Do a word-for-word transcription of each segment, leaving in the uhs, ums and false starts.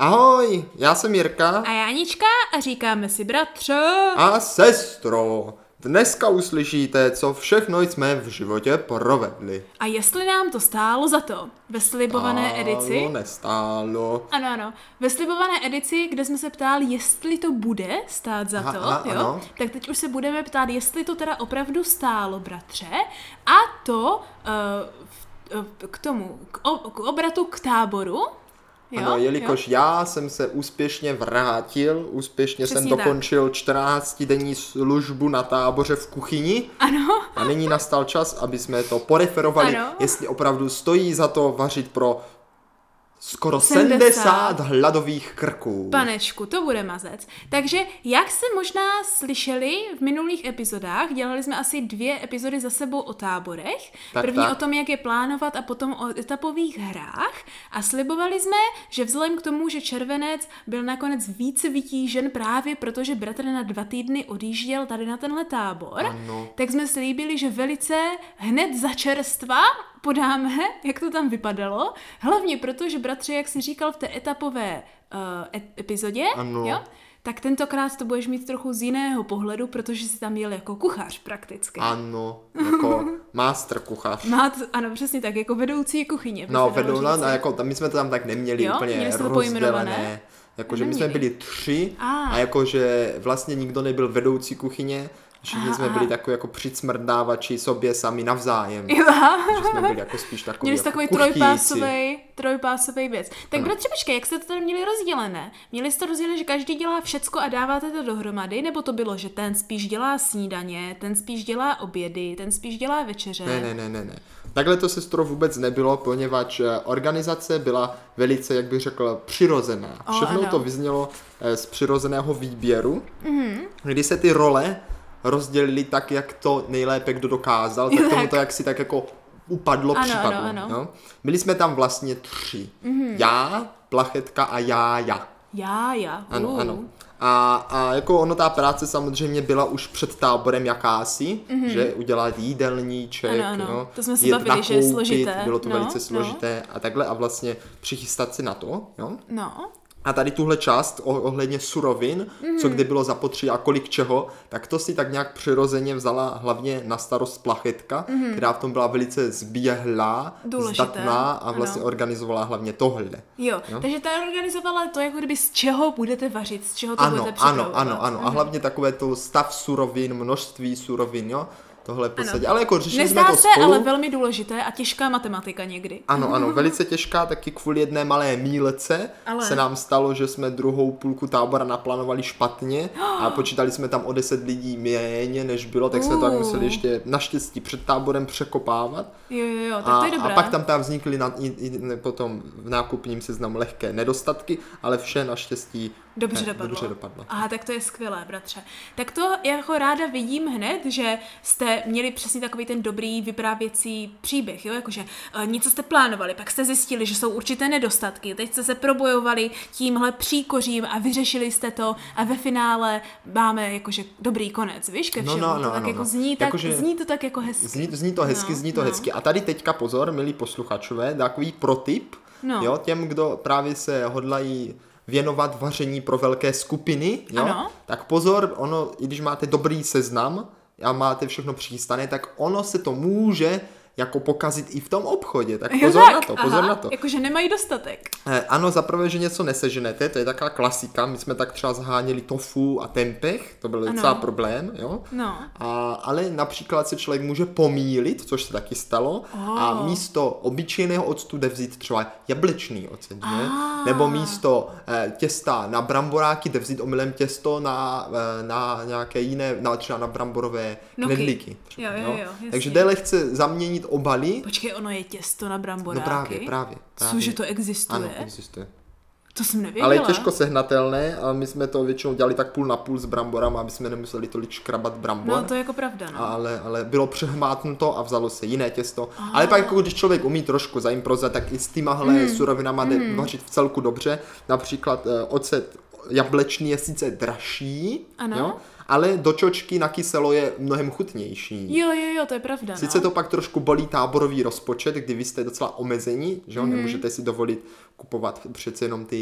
Ahoj, já jsem Jirka. A já Anička a říkáme si bratře. A sestro. Dneska uslyšíte, co všechno jsme v životě provedli. A jestli nám to stálo za to. Ve slibované Stálo, edici. nestálo. Ano, ano. Ve slibované edici, kde jsme se ptali, jestli to bude stát za to, aha, jo? ano. Tak teď už se budeme ptát, jestli to teda opravdu stálo, bratře. A to uh, v, k tomu, k, o, k obratu k táboru. Jo? Ano, jelikož jo? já jsem se úspěšně vrátil, úspěšně Přesně jsem dokončil čtrnáctidenní službu na táboře v kuchyni. Ano. A nyní nastal čas, aby jsme to poreferovali, Ano. jestli opravdu stojí za to vařit pro skoro sedmdesát hladových krků. Panečku, to bude mazec. Takže, jak jste možná slyšeli v minulých epizodách, dělali jsme asi dvě epizody za sebou o táborech. Tak, První tak. o tom, jak je plánovat a potom o etapových hrách. A slibovali jsme, že vzhledem k tomu, že červenec byl nakonec více vytížen právě protože bratr na dva týdny odjížděl tady na tenhle tábor, Ano. tak jsme slíbili, že velice hned za čerstva podáme, jak to tam vypadalo. Hlavně proto, že bratře, jak jsi říkal v té etapové uh, epizodě, Ano. jo, tak tentokrát to budeš mít trochu z jiného pohledu, protože jsi tam jel jako kuchař prakticky. Ano, jako master kuchař. Má to, ano, přesně tak, jako vedoucí kuchyně. by No, se dalo vedou, no, říci. jako, tam my jsme to tam tak neměli Jo? úplně Měli jste to rozdělené. pojmenované? Jakože my jsme Neměli. byli tři A. a jakože vlastně nikdo nebyl vedoucí kuchyně, všichni Aha, jsme aha. byli jako, jako přicmrdávači sobě sami navzájem. Jo. Že jsme byli jako spíš takový Měli jste jako takový kuchtíci. trojpásový, trojpásový věc. Tak Ano. bratře, počkej, jak jste to tady měli rozdělené? Měli jste to rozdělené, že každý dělá všecko a dáváte to dohromady, nebo to bylo, že ten spíš dělá snídaně, ten spíš dělá obědy, ten spíš dělá večeře? Ne, ne, ne, ne, ne. Takhle to, sestro, vůbec nebylo, poněvadž eh, organizace byla velice, jak bych řekl, přirozená. O, Všechno ano. to vyznělo eh, z přirozeného výběru, mm-hmm. kdy se ty role rozdělili tak, jak to nejlépe kdo dokázal, tak Jo, tomu tak. to jaksi tak jako upadlo, Ano, připadlo. ano, ano. No? Byli jsme tam vlastně tři. Mm-hmm. Já, Plachetka a já, já. Já, já. Ano, uh. ano. A, a jako ono, ta práce samozřejmě byla už před táborem jakási, mm-hmm. že udělat jídelníček, Ano, ano. no, To jsme se jít bavili, že je nakoupit, složité. bylo to No, velice no. složité a takhle a vlastně přichystat si na to, jo. No. A tady tuhle část oh- ohledně surovin, mm-hmm. co kdy bylo zapotřebí a kolik čeho, tak to si tak nějak přirozeně vzala hlavně na starost Plachetka, mm-hmm. která v tom byla velice zběhlá, Důležité, zdatná a vlastně ano. organizovala hlavně tohle. Jo, Jo? takže ta organizovala to, jako kdyby z čeho budete vařit, z čeho to Ano, budete ano, připravovat. ano, ano. A hlavně takové to stav surovin, množství surovin, jo. Tohle v podstatě. Ano. Ale jako řešili jsme Nezdá to se, spolu. ale velmi důležité a těžká matematika někdy. Ano, ano, velice těžká, taky kvůli jedné malé mílce Ale- se nám stalo, že jsme druhou půlku tábora naplánovali špatně a počítali jsme tam o deset lidí méně, než bylo, tak jsme to tak Uh. museli ještě naštěstí před táborem překopávat. Jo, jo, jo, tak A, to je dobré. a pak tam, tam vznikly na, i, i, ne, potom v nákupním seznamu lehké nedostatky, ale vše naštěstí Dobře ne, dopadlo. dobře dopadlo. Aha, tak to je skvělé, bratře. Tak to jako ráda vidím hned, že jste měli přesně takový ten dobrý vyprávěcí příběh, jo, jakože uh, něco jste plánovali, pak jste zjistili, že jsou určité nedostatky, teď jste se probojovali tímhle příkořím a vyřešili jste to a ve finále máme jakože dobrý konec, víš, ke No, všemu. no, To no, tak no, jako no. zní, tak, Jakože- zní to tak jako hezky. Zní, zní to hezky, No, zní to no. hezky. A tady teďka pozor, milí posluchačové, takový protip, No. jo, těm, kdo právě se hodlají věnovat vaření pro velké skupiny, jo, Ano. tak pozor, ono, i když máte dobrý seznam a máte všechno přichystané, tak ono se to může jako pokazit i v tom obchodě, tak Jo, pozor tak, na to, pozor aha, na to. Jakože nemají dostatek. Eh, Ano, zaprvé, že něco neseženete, to je taková klasika, my jsme tak třeba zháněli tofu a tempeh, to byl Ano. docela problém, jo. No. A, ale například se člověk může pomýlit, což se taky stalo, Oh. a místo obyčejného octu jde vzít třeba jablečný ocet, že? Ah. Nebo místo eh, těsta na bramboráky jde vzít omylem těsto na, eh, na nějaké jiné, na, třeba na bramborové Noky. knedlíky. Třeba, Jo, jo, jo, jasně. Takže jde lehce zaměnit obaly. Počkej, ono je těsto na No bramboráky. právě, právě. právě. Cože to existuje? Ano, existuje. To jsem nevěděla. Ale je těžko sehnatelné a my jsme to většinou dělali tak půl na půl s bramborama, aby jsme nemuseli tolik škrabat brambor. No to je jako pravda, no. Ale, ale bylo přehmátnuto a vzalo se jiné těsto. Ah. Ale pak jako když člověk umí trošku zaimprovizovat, tak i s týmahle mm. surovinama jde mm. vařit v celku dobře. Například eh, ocet jablečný je sice dražší, Ano. jo, ale do čočky na kyselo je mnohem chutnější. Jo, jo, jo, to je pravda, Sice no. to pak trošku bolí táborový rozpočet, kdy vy jste docela omezení, že jo, Mm. nemůžete si dovolit kupovat přece jenom ty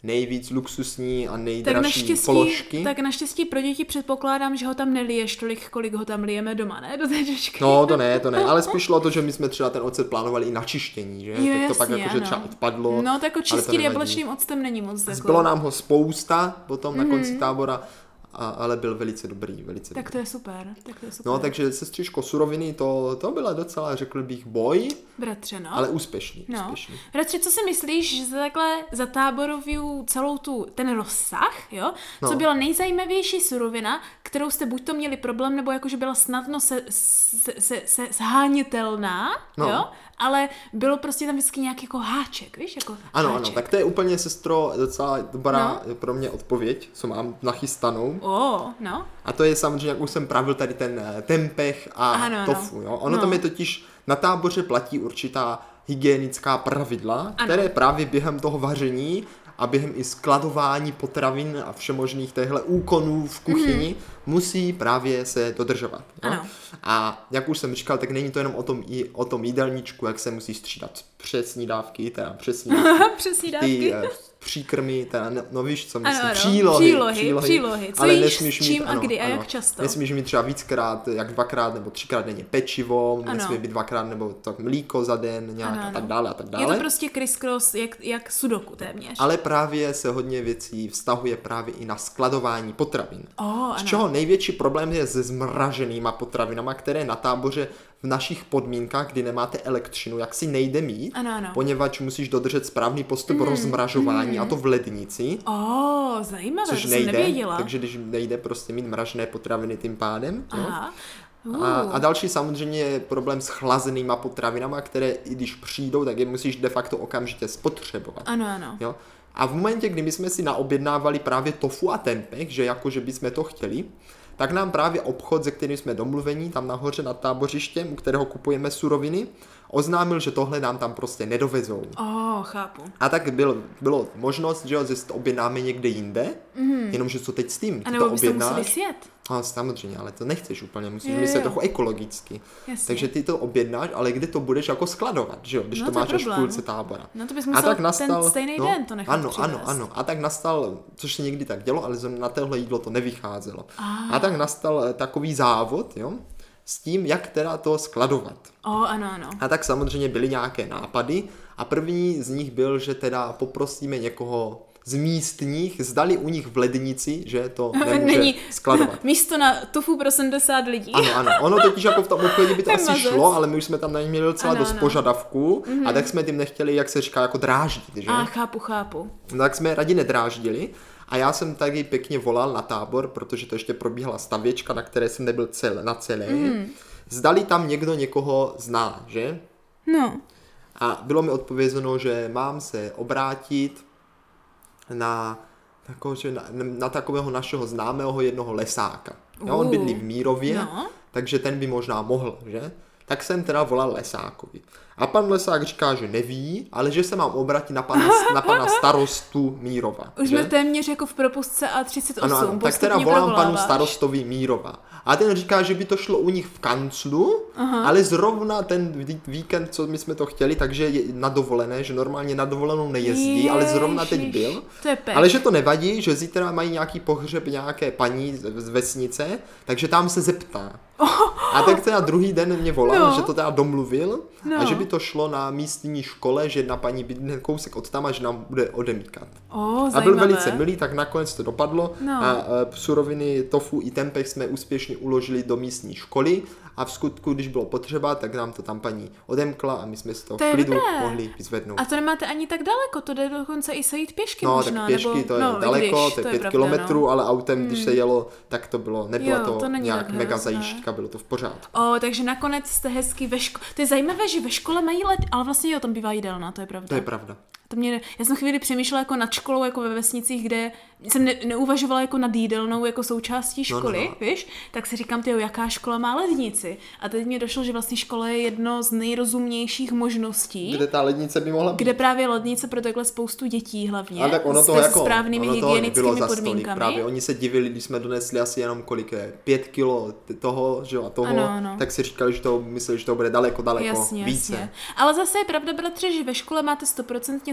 nejvíc luxusní a Tak nejdražší naštěstí, položky. tak naštěstí pro děti předpokládám, že ho tam neliješ tolik, kolik ho tam lijeme doma, ne? Do té čočky. No to ne, to ne, ale spíš šlo o to, že my jsme třeba ten ocet plánovali i na čištění, že? Jo, tak to jasně, pak jakože ano. třeba odpadlo. No, tak jako ale to čistý nevadí. jablečným octem není moc. Jako... Zbylo nám ho spousta potom na konci tábora, a, ale byl velice dobrý, velice Tak dobrý. to je super, tak to je super. No, takže sestřičko suroviny, to, to byla docela, řekl bych, boj, Bratře, no. ale úspěšný, No. úspěšný. Bratře, co si myslíš, že za takhle zatáboruju celou tu, ten rozsah, jo? Co No. byla nejzajímavější surovina, kterou jste buď to měli problém, nebo jakože byla snadno se, se, se, se shánětelná, No. jo? Ale bylo prostě tam vždycky nějaký jako háček, víš? Jako Ano, háček. ano, tak to je úplně, sestro, docela dobrá No. pro mě odpověď, co mám nachystanou. O, no. A to je samozřejmě, jak už jsem pravil, tady ten eh, tempeh a Ano, ano. tofu. Jo? Ono No. tam je totiž, na táboře platí určitá hygienická pravidla, Ano. které právě během toho vaření a během i skladování potravin a všemožných těchto úkonů v kuchyni mm. musí právě se dodržovat. Jo? Ano. A jak už jsem říkal, tak není to jenom o tom, i o tom jídelníčku, jak se musí střídat přesní dávky, teda přesní Přesný ty dávky. eh, příkrmy, teda, no, no víš, co Ano, myslím, ano. přílohy, Přílohy, přílohy. Co ale jíš, nesmíš s čím mít, a ano, kdy a ano, jak často. nesmíš mít třeba víckrát, jak dvakrát nebo třikrát denně pečivo, Ano. nesmí být dvakrát nebo tak mlíko za den, nějak Ano, a ano. tak dále a tak Je dále. to prostě criss-cross, jak, jak sudoku téměř. Ale právě se hodně věcí vztahuje právě i na skladování potravin. O, Z ano. čeho největší problém je se zmraženýma potravinama, které na táboře v našich podmínkách, kdy nemáte elektřinu, jak si nejde mít, Ano, ano. poněvadž musíš dodržet správný postup mm, rozmražování mm. a to v lednici, O, zajímavé, což to nejde, jsem nevěděla. takže když nejde prostě mít mražené potraviny tím pádem. Jo? Aha. Uh. A, a další samozřejmě je problém s chlazenýma potravinama, které i když přijdou, tak je musíš de facto okamžitě spotřebovat. Ano, ano. Jo? A v momentě, kdy my jsme si naobjednávali právě tofu a tempeh, že jakože bychom to chtěli, tak nám právě obchod, se kterým jsme domluveni, tam nahoře nad tábořištěm, u kterého kupujeme suroviny, oznámil, že tohle nám tam prostě nedovezou. O, chápu. A tak byl, bylo možnost, že, jo, že si to objednáme někde jinde, mm. jenomže co teď s tím? A Ty nebo to byste museli objednáš? sjet. A samozřejmě, ale to nechceš úplně, musíš Jo, jo, myslet jo. trochu ekologicky. Jasně. Takže ty to objednáš, ale kde to budeš jako skladovat, že jo, když No, to to je máš až v problém. půlce tábora. No to bys A musel tak nastal, ten stejný no, den to nechat ano, přivést. ano, ano. A tak nastal, což se někdy tak dělo, ale zrovna na tohle jídlo to nevycházelo. Ah. A tak nastal eh, takový závod, jo, s tím, jak teda to skladovat. O, ano, ano. A tak samozřejmě byly nějaké nápady a první z nich byl, že teda poprosíme někoho z místních, zdali u nich v lednici, že to nemůže Není skladovat. místo na tofu pro sedmdesát lidí. Ano, ano, ono totiž jako v tom obchodě by to Ten asi mazec. šlo, ale my už jsme tam na ně měli docela Ano, dost ano. požadavků mm-hmm. a tak jsme tím nechtěli, jak se říká, jako dráždit, že? A chápu, chápu. No, tak jsme raději nedráždili a já jsem taky pěkně volal na tábor, protože to ještě probíhala stavěčka, na které jsem nebyl cel, na celé. Mm. Zdali tam někdo někoho zná, že? No. A bylo mi odpovězeno, že mám se obrátit na, tako, že na, na takového našeho známého jednoho lesáka. Jo, on Uh. bydlí v Mírově, No. takže ten by možná mohl, že? Tak jsem teda volal lesákovi. A pan lesák říká, že neví, ale že se mám obrátit na pana, na pana starostu Mírova. Už že? jsme téměř jako v propustce A třicet osm. Ano, ano, tak teda postupně volám panu provoláváš. starostovi Mírova. A ten říká, že by to šlo u nich v kanclu, Aha. ale zrovna ten ví- víkend, co my jsme to chtěli, takže je na dovolené, že normálně na dovolenou nejezdí, Ježiš, ale zrovna teď byl. To je pek. Ale že to nevadí, že zítra mají nějaký pohřeb nějaké paní z z vesnice, takže tam se zeptá. Oh. A tak teda druhý den mě volal, No. že to teda domluvil No. a že by to šlo na místní škole, že jedna paní bydlí kousek od tam a že nám bude odemíkat. O, A byl zajímavé. velice milý, tak nakonec to dopadlo No. a e, suroviny tofu i tempeh jsme úspěšně uložili do místní školy a v skutku, když bylo potřeba, tak nám to tam paní odemkla a my jsme si to, To v je klidu dobré. mohli vyzvednout. A to nemáte ani tak daleko, to jde dokonce i sejít pěšky No, možná. tak pěšky nebo, to je no, i daleko, když, to je pět pravda, kilometrů, no. ale autem, když se jelo, tak to bylo, nebyla Jo, to, to není nějak tak mega hrozné. zajížďka, bylo to v pořádku. O, takže nakonec jste hezky ve škole. To je zajímavé, že ve škole mají let, ale vlastně jo, tam bývá jídelna, to je pravda. To je pravda. To mě, já jsem chvíli přemýšlela jako nad školou, jako ve vesnicích, kde jsem ne, neuvažovala jako nad jídelnou, jako součástí No, no, školy, no. víš? Tak si říkám, tyjo, jaká škola má lednici? A teď mi došlo, že vlastně škola je jedno z nejrozumnějších možností, Kde ta lednice by mohla být? kde právě lednice pro takhle spoustu dětí hlavně, A tak ono s to se jako, správnými ono toho nebylo hygienickými za stolik, podmínkami. právě oni se divili, když jsme donesli asi jenom kolik je, pět kilo t- toho, že jo, a toho, Ano, ano. tak si říkali, že to mysleli, že to bude daleko, daleko Jasně, více. jasně. Ale zase je pravda, bratře, že ve škole máte stoprocentně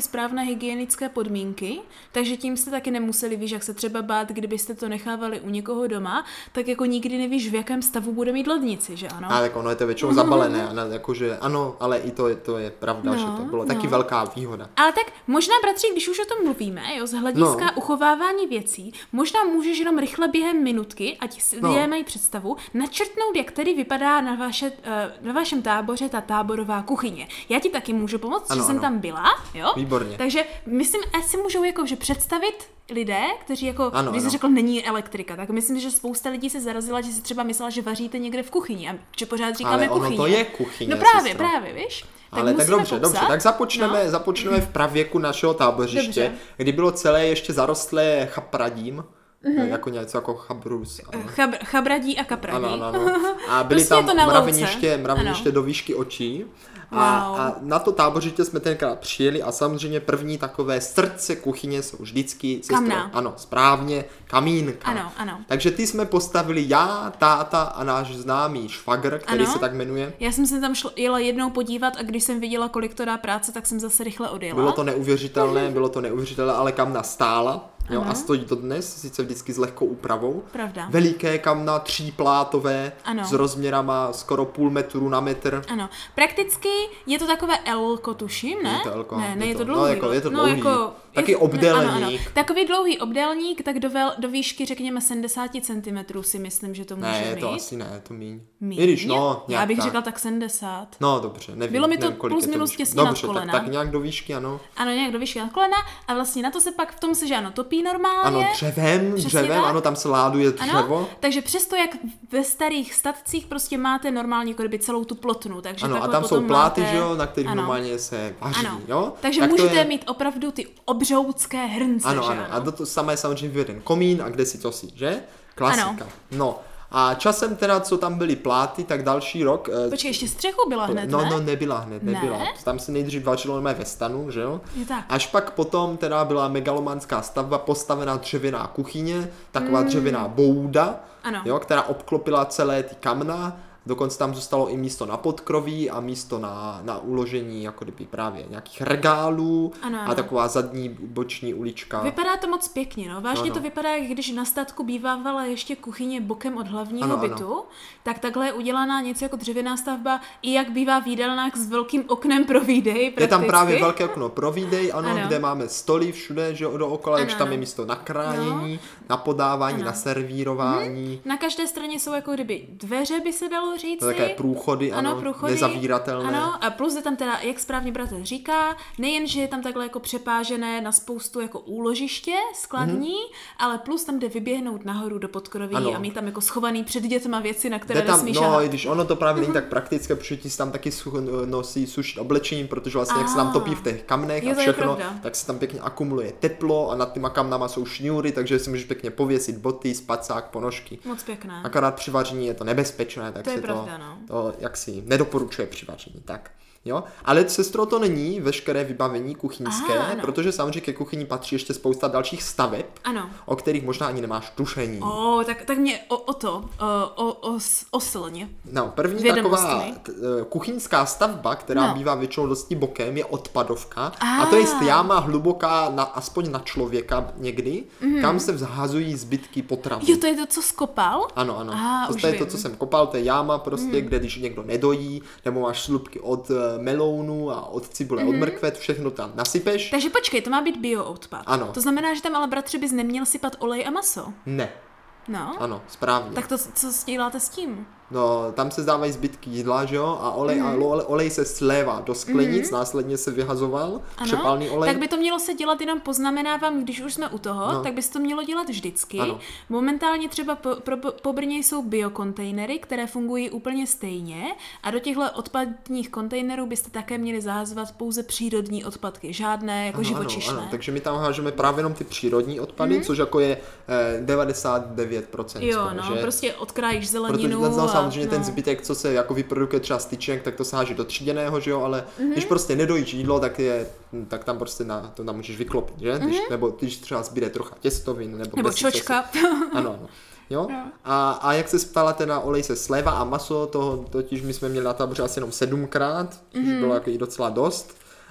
správné hygienické podmínky, takže tím jste taky nemuseli, víš, jak se třeba bát, kdybyste to nechávali u někoho doma, tak jako nikdy nevíš, v jakém stavu bude mít lednici, že ano? A tak ono je to většinou zabalené, jakože ano, ale i to, to je pravda, no, že to bylo no. taky velká výhoda. Ale tak možná, bratři, když už o tom mluvíme, jo, z hlediska no. uchovávání věcí, možná můžeš jenom rychle během minutky, ať si lidé no. mají představu, načrtnout, jak tedy vypadá na, vaše, na vašem táboře ta táborová kuchyně. Já ti taky můžu pomoct, ano, že jsem ano. tam byla, jo? Výborně. Takže myslím, ať si můžou jako, že představit lidé, kteří jako, ano, když ano. jsi řekl, není elektrika, tak myslím, že spousta lidí se zarazila, že si třeba myslela, že vaříte někde v kuchyni a že pořád říkáme ale kuchyně. Ale ono to je kuchyně, No právě, sestro. právě, víš? Tak ale tak dobře, popsat. dobře, tak započneme, no. započneme v pravěku našeho tábořiště, dobře. Kdy bylo celé ještě zarostlé chapradím, mm-hmm. jako něco jako chabrus. Chabr, chabradí a kapradí. Ano, ano, ano. A byly prostě tam mraveniště, mraveniště do výšky očí. A, wow. a na to tábořiště jsme tenkrát přijeli a samozřejmě první takové srdce kuchyně jsou vždycky sestro, ano, správně, kamínka. Ano, ano. Takže ty jsme postavili já, táta a náš známý švagr, který ano. se tak jmenuje. Já jsem se tam šla, jela jednou podívat a když jsem viděla, kolik to dá práce, tak jsem zase rychle odjela. Bylo to neuvěřitelné, bylo to neuvěřitelné, ale kamna stála. Jo, a stojí to dnes, sice vždycky s lehkou úpravou. Pravda. Veliké kamna, tříplátové, ano. s rozměrama skoro půl metru na metr. Ano. Prakticky je to takové L-ko, tuším, ne? Je to L-ko, ne, ne, je to, to dlouhý. No, jako, je to dlouhý. No, jako, taky je, obdélník. Ano, ano. Takový dlouhý obdélník, tak do, vel, do výšky, řekněme, sedmdesát centimetrů si myslím, že to může ne, mít. to asi ne, to míň. Míň? I když, no, Já bych tak. řekla tak sedmdesát. No, dobře, nevím. Bylo mi to nevím, plus minus těsně dobře, nad kolena. Tak, tak nějak do výšky, ano. Ano, nějak do výšky nad kolena a vlastně na to se pak v tom se, že ano, topí normálně. Ano, dřevem, dřevem, tak? Ano, tam se láduje dřevo. Ano, takže přesto, jak ve starých statcích prostě máte normálně jako kdyby celou tu plotnu, takže ano, a tam potom jsou pláty, máte... že jo, na kterých ano. normálně se vaří, ano. jo. Takže tak můžete je... mít opravdu ty obřoudské hrnce, ano, že ano, ano. a do to samé samozřejmě jeden komín a kde si to si, že? Klasika. Ano. No. A časem teda, co tam byly pláty, tak další rok... Počkej, ještě střechu byla hned, no, ne? No, nebyla hned, nebyla. Ne? Tam se nejdřív vařilo ve stanu, že jo? Je tak. Až pak potom teda byla megalomanská stavba, postavená dřevěná kuchyně, taková mm. dřevěná bouda, ano. Jo, která obklopila celé ty kamna. Dokonce tam zůstalo i místo na podkroví a místo na, na uložení jako kdyby právě nějakých regálů ano, ano. a taková zadní boční ulička. Vypadá to moc pěkně, no. Vážně no, no. to vypadá, jak když na statku bývávala ještě kuchyně bokem od hlavního ano, bytu, ano. tak takhle je udělaná něco jako dřevěná stavba, i jak bývá v jídelnách s velkým oknem pro výdej. Prakticky. Je tam právě velké okno pro výdej, ano, ano. kde máme stoly všude, že dookola, takže tam je místo na krájení, no. na podávání, ano. na servírování. Hmm. Na každé straně jsou jako kdyby dveře, by se dalo říct. Také průchody, ano, ano průchody, nezavíratelné. Ano, a plus je tam teda, jak správně bratr říká, nejen, že je tam takhle jako přepážené na spoustu jako úložiště skladní, mm-hmm. ale plus tam jde vyběhnout nahoru do podkroví ano. a mít tam jako schovaný před dětma věci, na které nesmíš No, šahat. i když ono to právě není tak praktické, protože ti se tam taky nosí sušit oblečení, protože vlastně a, jak se tam topí v těch kamnech a všechno, tak se tam pěkně akumuluje teplo a nad těma kamnama jsou šňůry, takže si můžeš pěkně pověsit boty, spacák, ponožky. Moc pěkné. Akorát při vaření je to nebezpečné, tak to se je pravda, to, no. to jaksi nedoporučuje při vaření, tak. Jo? Ale sestro, to není veškeré vybavení kuchyňské, Aha, protože samozřejmě ke kuchyni patří ještě spousta dalších staveb, ano. o kterých možná ani nemáš tušení. O, tak, tak mě o, o to, o, o, oslně. No, první taková t, kuchyňská stavba, která no. bývá většinou dosti bokem, je odpadovka. A, a to je jáma hluboká, na, aspoň na člověka někdy, mm. kam se vzhazují zbytky potravy. Jo, to je to, co skopal? Ano, ano. A, to je to, co jsem kopal, to je jáma prostě, mm. kde když někdo nedojí, nebo máš slupky od melounu a od cibule, mm-hmm. od mrkve, všechno tam nasypeš. Takže počkej, to má být bioodpad. Ano. To znamená, že tam ale bratře bys neměl sypat olej a maso. Ne. No. Ano, správně. Tak to, co děláte s tím? No, tam se zdávají zbytky jídla, že jo, a olej, mm. a olej, olej se slévá do sklenic, mm. následně se vyhazoval, ano, přepálný olej. Tak by to mělo se dělat, jenom poznamenávám, když už jsme u toho, no. tak by se to mělo dělat vždycky. Ano. Momentálně třeba po, pro, po Brně jsou biokontejnery, které fungují úplně stejně a do těchto odpadních kontejnerů byste také měli zahazovat pouze přírodní odpadky, žádné jako ano, živočišné. Ano, ano. Takže my tam hážeme právě jenom ty přírodní odpady, mm. což jako je eh, devadesát devět procent. Jo, skoro, no, že? prostě odkrájíš zeleninu. Protože a, samozřejmě no. ten zbytek, co se jako vyprodukuje třeba z tyček, tak to se háže do tříděného, že jo, ale mm-hmm. když prostě nedojíš jídlo, tak je, tak tam prostě na, to tam můžeš vyklopit, že? Mm-hmm. Když, nebo když třeba zbyde trocha těstovin, nebo, nebo čočka. Se, ano, ano. Jo? No. A, a jak se ptala, teda olej se sléva a maso, toho totiž my jsme měli na táboře asi jenom sedmkrát, mm-hmm. což bylo jako i docela dost.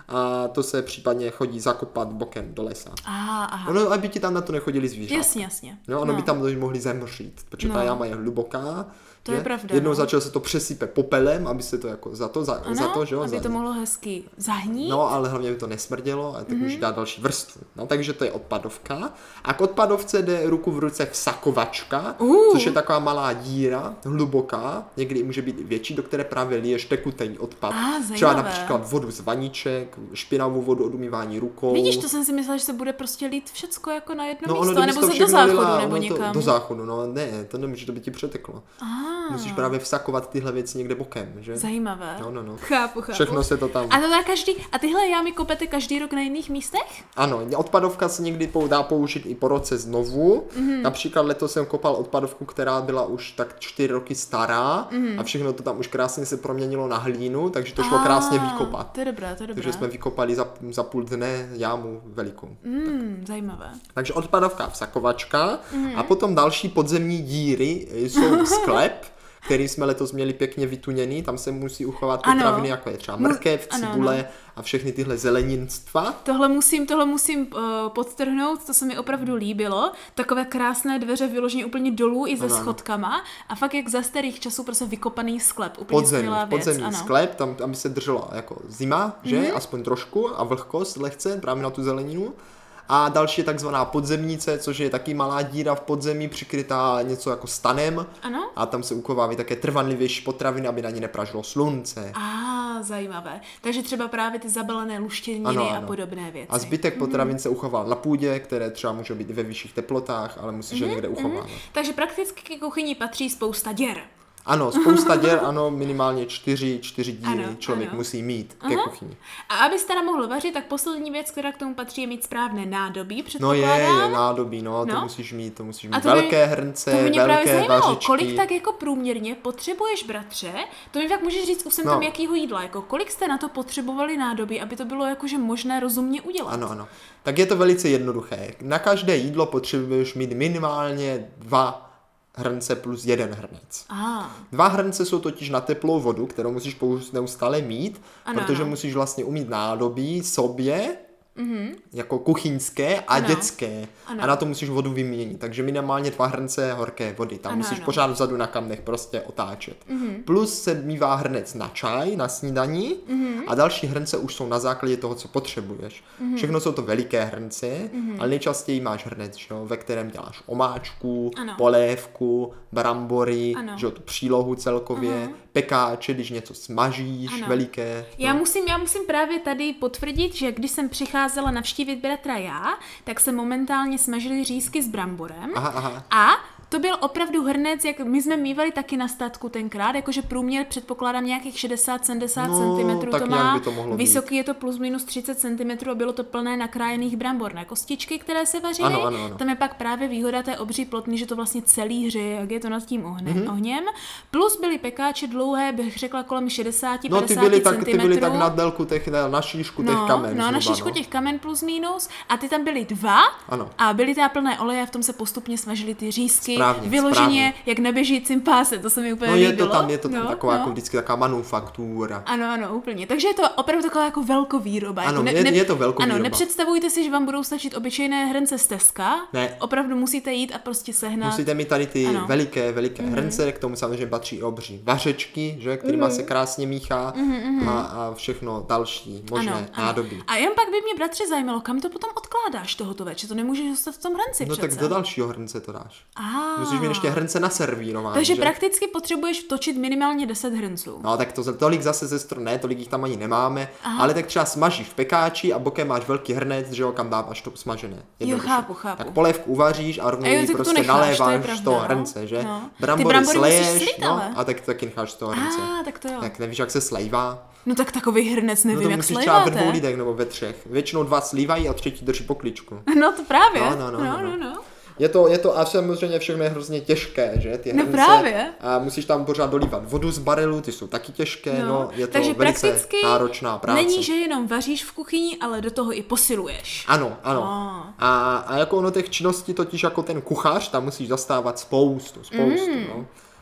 a to se případně chodí zakopat bokem do lesa. Aha, aha. Ono, aby ti tam na to nechodili zvířata. Jasně, jasně. No, ono no. by tam mohli zemřít, protože No. ta jáma je hluboká. To je pravda, Jednou no. začalo se to přesype popelem, aby se to jako za to, za, ano, za to, že jo? aby za, to mohlo hezky zahnít. No, ale hlavně by to nesmrdělo a tak Mhm. mm-hmm. může dát další vrstvu. No, takže to je odpadovka. A k odpadovce jde ruku v ruce vsakovačka, Uh. což je taková malá díra, hluboká, někdy může být i větší, do které právě liješ tekutý odpad. Ah, Třeba zajímavé. například vodu z vaniček, špinavou vodu od umývání rukou. Vidíš, to jsem si myslela, že se bude prostě lít všecko jako na jedno No, místo, ono, nebo to se do záchodu, lila, nebo ono někam. To, do záchodu, no ne, to nemůže, to by ti přeteklo. Ah, Musíš právě vsakovat tyhle věci někde bokem, že? zajímavé. No, no, no. Chápu, chápu. Všechno se to tam... A to dá každý, a tyhle jámy kopete každý rok na jiných místech? Ano, odpadovka se někdy pou- dá použít i po roce znovu. Mhm. Mm-hmm. Například letos jsem kopal odpadovku, která byla už tak čtyři roky stará mm-hmm. a všechno to tam už krásně se proměnilo na hlínu, takže to šlo Ah, krásně vykopat. To je dobré, to je dobré. Takže jsme vykopali za, za půl dne jámu velikou. Mm, zajímavé. Takže odpadovka, vsakovačka mm-hmm. a potom další podzemní díry jsou sklep, který jsme letos měli pěkně vytuněný, tam se musí uchovat potraviny, jako je třeba mrkev, Ano, cibule ano. a všechny tyhle zeleninstva. Tohle musím, tohle musím uh, podtrhnout, to se mi opravdu líbilo. Takové krásné dveře vyložené úplně dolů i se Ano, ano. schodkama a fakt jak za starých časů prostě vykopaný sklep. Úplně Podzemní, skvělá věc. podzemní Ano. sklep, tam aby se držela jako zima, že, Mhm. mm-hmm. aspoň trošku a vlhkost lehce právě na tu zeleninu. A další je takzvaná podzemnice, což je taky malá díra v podzemí přikrytá něco jako stanem. Ano. A tam se uchovávají také trvanlivější potraviny, aby na ně nepražilo slunce. A zajímavé. Takže třeba právě ty zabalené luštěniny Ano, a ano. podobné věci. A zbytek potravin se uchová na půdě, které třeba můžou být ve vyšších teplotách, ale musíš je někde uchovávat. Takže prakticky ke kuchyni patří spousta děr. Ano, spousta děr, ano, minimálně čtyři, čtyři díry Ano, člověk ano. musí mít ke Aha. kuchyni. A aby teda mohl vařit, tak poslední věc, která k tomu patří, je mít správné nádobí, No předpokládám. je, je nádobí, no, to No. musíš mít, to musíš A mít to by- velké hrnce, To by mě právě velké zajímalo, vařičky. kolik tak jako průměrně potřebuješ, bratře, to mi tak můžeš říct už jsem No. tam jakýho jídla, jako kolik jste na to potřebovali nádobí, aby to bylo jakože možné rozumně udělat. Ano, ano. Tak je to velice jednoduché. Na každé jídlo potřebuješ mít minimálně dva hrnce plus jeden hrnec. A, Dva hrnce jsou totiž na teplou vodu, kterou musíš pouze neustále mít, Ano, protože ano. musíš vlastně umít nádobí sobě, mm-hmm. jako kuchyňské a Ano. dětské. Ano. A na to musíš vodu vyměnit. Takže minimálně dva hrnce horké vody. Tam Ano, musíš ano. pořád vzadu na kamnech prostě otáčet. Mm-hmm. Plus se mívá hrnec na čaj, na snídaní mm-hmm. a další hrnce už jsou na základě toho, co potřebuješ. Mm-hmm. Všechno jsou to veliké hrnce, mm-hmm. ale nejčastěji máš hrnec, že jo, ve kterém děláš omáčku, Ano. polévku, brambory, Ano. že jo, tu přílohu celkově, Aha. pekáče, když něco smažíš, Ano. veliké. Já no. musím, já musím právě tady potvrdit, že když jsem přicházela navštívit bratra já, tak se momentálně smažili řízky s bramborem. Aha, aha. A to byl opravdu hrnec, jak my jsme mývali taky na statku tenkrát, jakože průměr předpokládám nějakých šedesát sedmdesát No, centimetrů tak to nějak má, by to mohlo být. vysoký je to plus minus třicet centimetrů a bylo to plné nakrájených brambor na kostičky, které se vařily. Ano, ano, ano. Tam je pak právě výhoda té obří plotny, že to vlastně celý hřeje, jak je to nad tím ohne, Mhm. mm-hmm. ohněm. Plus byly pekáče dlouhé, bych řekla kolem šedesát No padesát ty byly, tak, ty centimetrů. byly tak na délku těch, na, na šířku těch No, kamen. no, na zhruba, šířku no. těch kamen plus minus a ty tam byly dva Ano. a byly tam plné oleje a v tom se postupně smažily ty řízky. Správně, vyloženě správně. jak na běžícím páse, to se mi úplně No je to líbilo. tam, je to tam no, taková no. jako vždycky taková manufaktura. Ano, ano, úplně. Takže je to opravdu taková jako velkovýroba. Ano, jako je- je to velkovýroba. Ano, nepředstavujte si, že vám budou stačit obyčejné hrnce z Teska. Ne. Opravdu musíte jít a prostě sehnat. Musíte mít tady ty Ano. veliké, veliké mm-hmm. hrnce, k tomu samozřejmě patří i obří vařečky, že, kterýma mm-hmm. se krásně míchá mm-hmm. a, a všechno další možné Ano, ano. nádobí. A jen pak by mě bratře zajímalo, kam to potom odkládáš tohoto večer. To nemůžeš dostat v tom hrnci No přece. tak do dalšího hrnce to dáš. Ah. Musíš mít ještě hrnce na servírování, Takže že? prakticky potřebuješ točit minimálně deset hrnců. No tak to tolik zase ze stru, ne, tolik jich tam ani nemáme, Aha. ale tak třeba smažíš v pekáči a bokem máš velký hrnec, že jo, kam dáváš to smažené. Jednoduše. chápu, chápu. Tak polévku uvaříš a rovnou A jo, ji tak to prostě necháš, to je naléváš pravda, z toho no. hrnce, že? No. Ty Brambory, brambory musíš sleješ, slít, no, ale. a tak to taky necháš z toho hrnce. A, tak to jo. Tak nevíš, jak se slejvá? No tak takový hrnec No nevím, to jak musíš třeba ve slejváte. dvou lidech nebo ve třech. Většinou dva slívají a třetí drží pokličku. No to právě. No, no, no, no, no. no, no. Je to, je to a samozřejmě všechno je hrozně těžké, že? Ty No hrnce. právě. A musíš tam pořád dolívat vodu z barelu, ty jsou taky těžké, no, no je to Takže velice prakticky náročná práce. není, že jenom vaříš v kuchyni, ale do toho i posiluješ. Ano, ano. Ah. A, a jako ono těch činností totiž jako ten kuchař, tam musíš zastávat spoustu, spoustu, mm. no.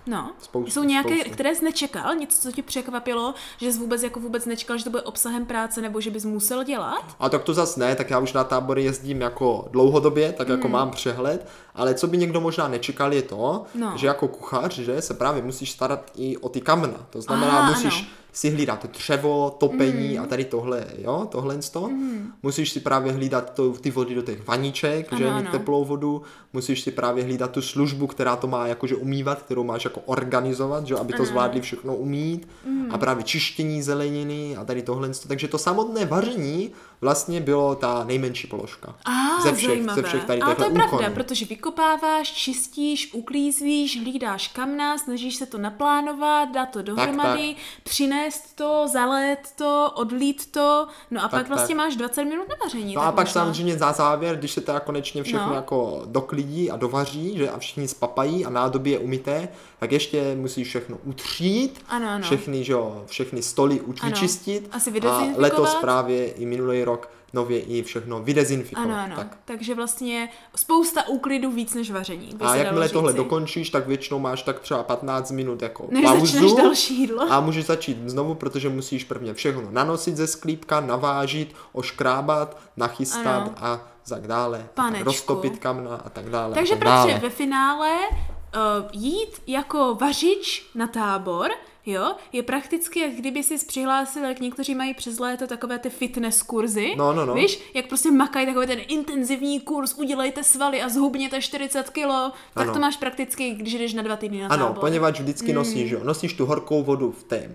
No, Spoustu, jsou nějaké, spoustu. které jsi nečekal, něco, co tě překvapilo, že jsi vůbec jako vůbec nečekal, že to bude obsahem práce, nebo že bys musel dělat? A tak to zas ne, tak já už na tábory jezdím jako dlouhodobě, tak jako mm. mám přehled, ale co by někdo možná nečekal je to, no. že jako kuchař, že se právě musíš starat i o ty kamna, to znamená Aha, musíš ano. si hlídat dřevo, topení mm. a tady tohle, jo, tohle to. Mm. Musíš si právě hlídat to, ty vody do těch vaniček, ano, že ano. mít teplou vodu, musíš si právě hlídat tu službu, která to má jakože umývat, kterou máš jako organizovat, že aby to ano. zvládli všechno umít mm. a právě čištění zeleniny a tady tohle, takže to samotné vaření vlastně bylo ta nejmenší položka. Ah, ze všech, zajímavé. ze všech tady Ale to je úkonů. pravda, protože vykopáváš, čistíš, uklízíš, hlídáš kamna, snažíš se to naplánovat, dát to dohromady, tak, tak. přinést to, zalét to, odlít to, no a tak, pak vlastně tak. máš dvacet minut na vaření. No a pak možná. Samozřejmě za závěr, když se teda konečně všechno no. jako doklidí a dovaří, že a všichni spapají a nádobí je umyté, tak ještě musíš všechno utřít, ano, ano. všechny, že jo, všechny stoly vyčistit a a letos právě i minulý rok nově i všechno vydezinfikovat. Ano, ano. Tak. Takže vlastně spousta úklidu víc než vaření. A jakmile tohle dokončíš, tak většinou máš tak třeba patnáct minut jako než pauzu. Další jídlo. A můžeš začít znovu, protože musíš prvně všechno nanosit ze sklípka, navážit, oškrábat, nachystat ano. a tak dále. Panečku. Roztopit kamna a tak dále. Takže tak dále. protože ve finále uh, jít jako vařič na tábor, jo, je prakticky, jak kdyby jsi přihlásil, jak někteří mají přes léto takové ty fitness kurzy, no, no, no. víš, jak prostě makají takový ten intenzivní kurz, udělejte svaly a zhubněte čtyřicet kilo, tak ano. to máš prakticky, když jdeš na dva týdny na tábor. Ano, poněvadž vždycky mm. nosíš, jo, nosíš tu horkou vodu v tém.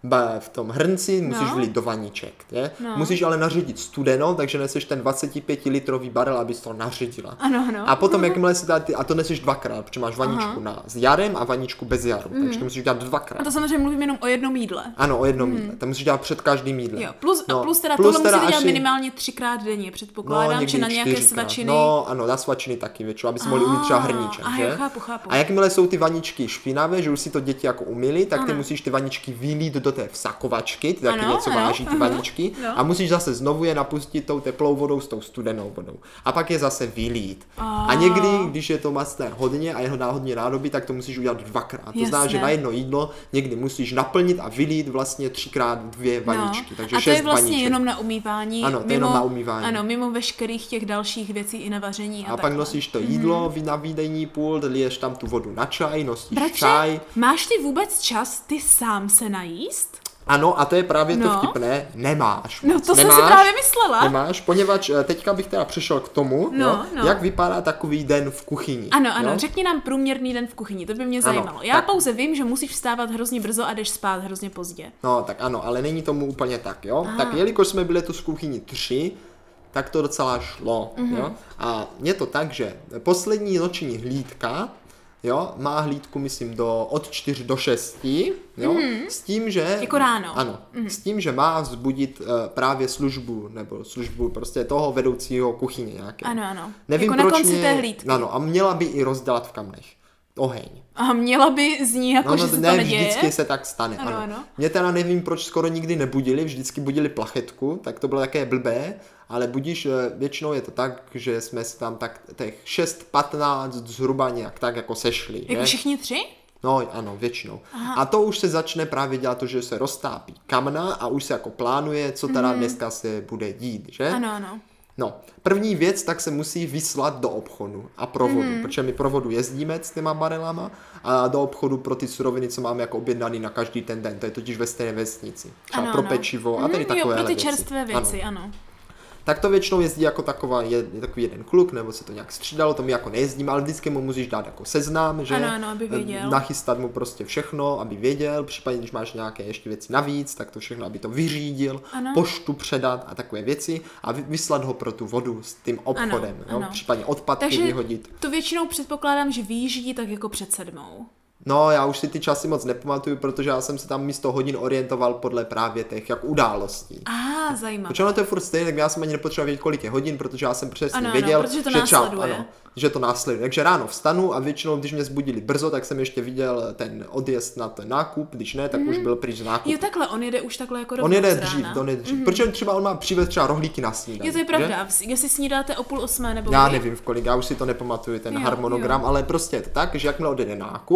V tom hrnci musíš no. vlít do vaníček, je? No. Musíš ale nařídit studenou, takže neseš ten dvacetipětilitrový barel, abys to nařídila. Ano, ano. A potom, jakmile si dá ty, a to neseš dvakrát, protože máš vaničku na, s jarem a vaničku bez jaru, mm. takže to musíš dát dvakrát. A to samozřejmě mluvím jenom o jednom jídle. Ano, o jednom mm. jídle, to musíš dát před každým jídlem. Jo, plus, no, a plus teda plus tohle teda musíte dělat asi... minimálně třikrát denně, předpokládám, no, že na nějaké čtyřikrát. Svačiny. No, ano, na svačiny taky většinou, aby si mohli umít třeba hrníček, a že? Jo, chápu, chápu. A jakmile jsou ty vaničky špinavé, že už si to děti jako umyli, tak ty ano. musíš ty vaničky vylít do té vsakovačky, ty taky ano, něco ano, váží ty vaničky no. a musíš zase znovu je napustit tou teplou vodou s tou studenou vodou. A pak je zase vylít. A, a někdy, když je to masné hodně a jeho náhodně nádobí, tak to musíš udělat dvakrát. To znamená, že na jedno jídlo někdy musíš naplnit a vylít vlastně třikrát dvě vaničky. No. Takže a to je vlastně vaniček. jenom na umývání. Ano, to mimo, je jenom na umývání. Ano, mimo veškerých těch dalších věcí i na vaření. A, a pak nosíš to jídlo mm-hmm. na výdejní pult, liješ tam tu vodu na čaj, nosíš Bratře, čaj. máš ty vůbec čas ty sám se najíst? Ano, a to je právě no. to vtipné, nemáš. No to nemáš, jsem si právě myslela. Nemáš, poněvadž teďka bych teda přešel k tomu, no, jo, no. jak vypadá takový den v kuchyni. Ano, ano, jo? řekni nám průměrný den v kuchyni, to by mě ano, zajímalo. Já tak. pouze vím, že musíš vstávat hrozně brzo a jdeš spát hrozně pozdě. No, tak ano, ale není tomu úplně tak, jo. Aha. Tak jelikož jsme byli tu v kuchyni tři, tak to docela šlo, mm-hmm. jo. A je to tak, že poslední noční hlídka, jo, má hlídku, myslím, do, od čtyř do šesti, jo, mm-hmm. s tím, že... Jako ráno. Ano, mm-hmm. s tím, že má vzbudit uh, právě službu, nebo službu prostě toho vedoucího kuchyně nějaké. Ano, ano. Nevím, jako proč na konci mě, té hlídky. Ano, a měla by i rozdělat v kamnech oheň. A měla by zní jako, no, no, že se ne, to neděje? vždycky se tak stane, ano, ano. ano. Mě teda nevím, proč skoro nikdy nebudili, vždycky budili plachetku, tak to bylo také blbé, ale budíš, většinou je to tak, že jsme si tam tak těch šest patnáct zhruba nějak tak jako sešli. Jako ne? všichni tři? No ano, většinou. Aha. A to už se začne právě dělat to, že se roztápí kamna a už se jako plánuje, co teda mm. dneska se bude dít, že? Ano, ano. No, první věc, tak se musí vyslat do obchodu a provodu, mm. protože my provodu jezdíme s těma barelama a do obchodu pro ty suroviny, co máme jako objednaný na každý ten den, to je totiž ve stejné vesnici, třeba ano, pro ano. pečivo mm, a tady takové jo, pro ty věci. čerstvé věci, ano. ano. Tak to většinou jezdí jako taková, je, je takový jeden kluk, nebo se to nějak střídalo, to my jako nejezdíme, ale vždycky mu musíš dát jako seznam, že? Ano, ano, aby věděl. Nachystat mu prostě všechno, aby věděl, případně když máš nějaké ještě věci navíc, tak to všechno, aby to vyřídil, ano. poštu předat a takové věci a vyslat ho pro tu vodu s tím obchodem, ano, jo? ano. Případně odpadky Takže vyhodit. To většinou předpokládám, že vyjíždí tak jako před sedmou. No, já už si ty časy moc nepamatuju, protože já jsem se tam místo hodin orientoval podle právě těch jak událostí. A ah, zajímavé. Protože ono to je furt stejné, tak já jsem ani nepotřeboval vědět, kolik je hodin, protože já jsem přesně ano, věděl, ano, to že, třeba, ano, že to následuje. Takže ráno vstanu a většinou, když mě zbudili brzo, tak jsem ještě viděl ten odjezd na ten nákup, když ne, tak mm. už byl pryč z nákupu. Jo, takhle, on jede už takhle jako rovnou. On jede dřív, on jede dřív. Mm. Protože třeba on má přivez třeba rohlíky na snídani. Jo, to je pravda. Že? Jestli snídáte o půl osmé nebo já kdy? nevím v kolik, já už si to nepamatuju, ten jo, harmonogram, jo. ale prostě je to tak, že jakmile odjede nákup,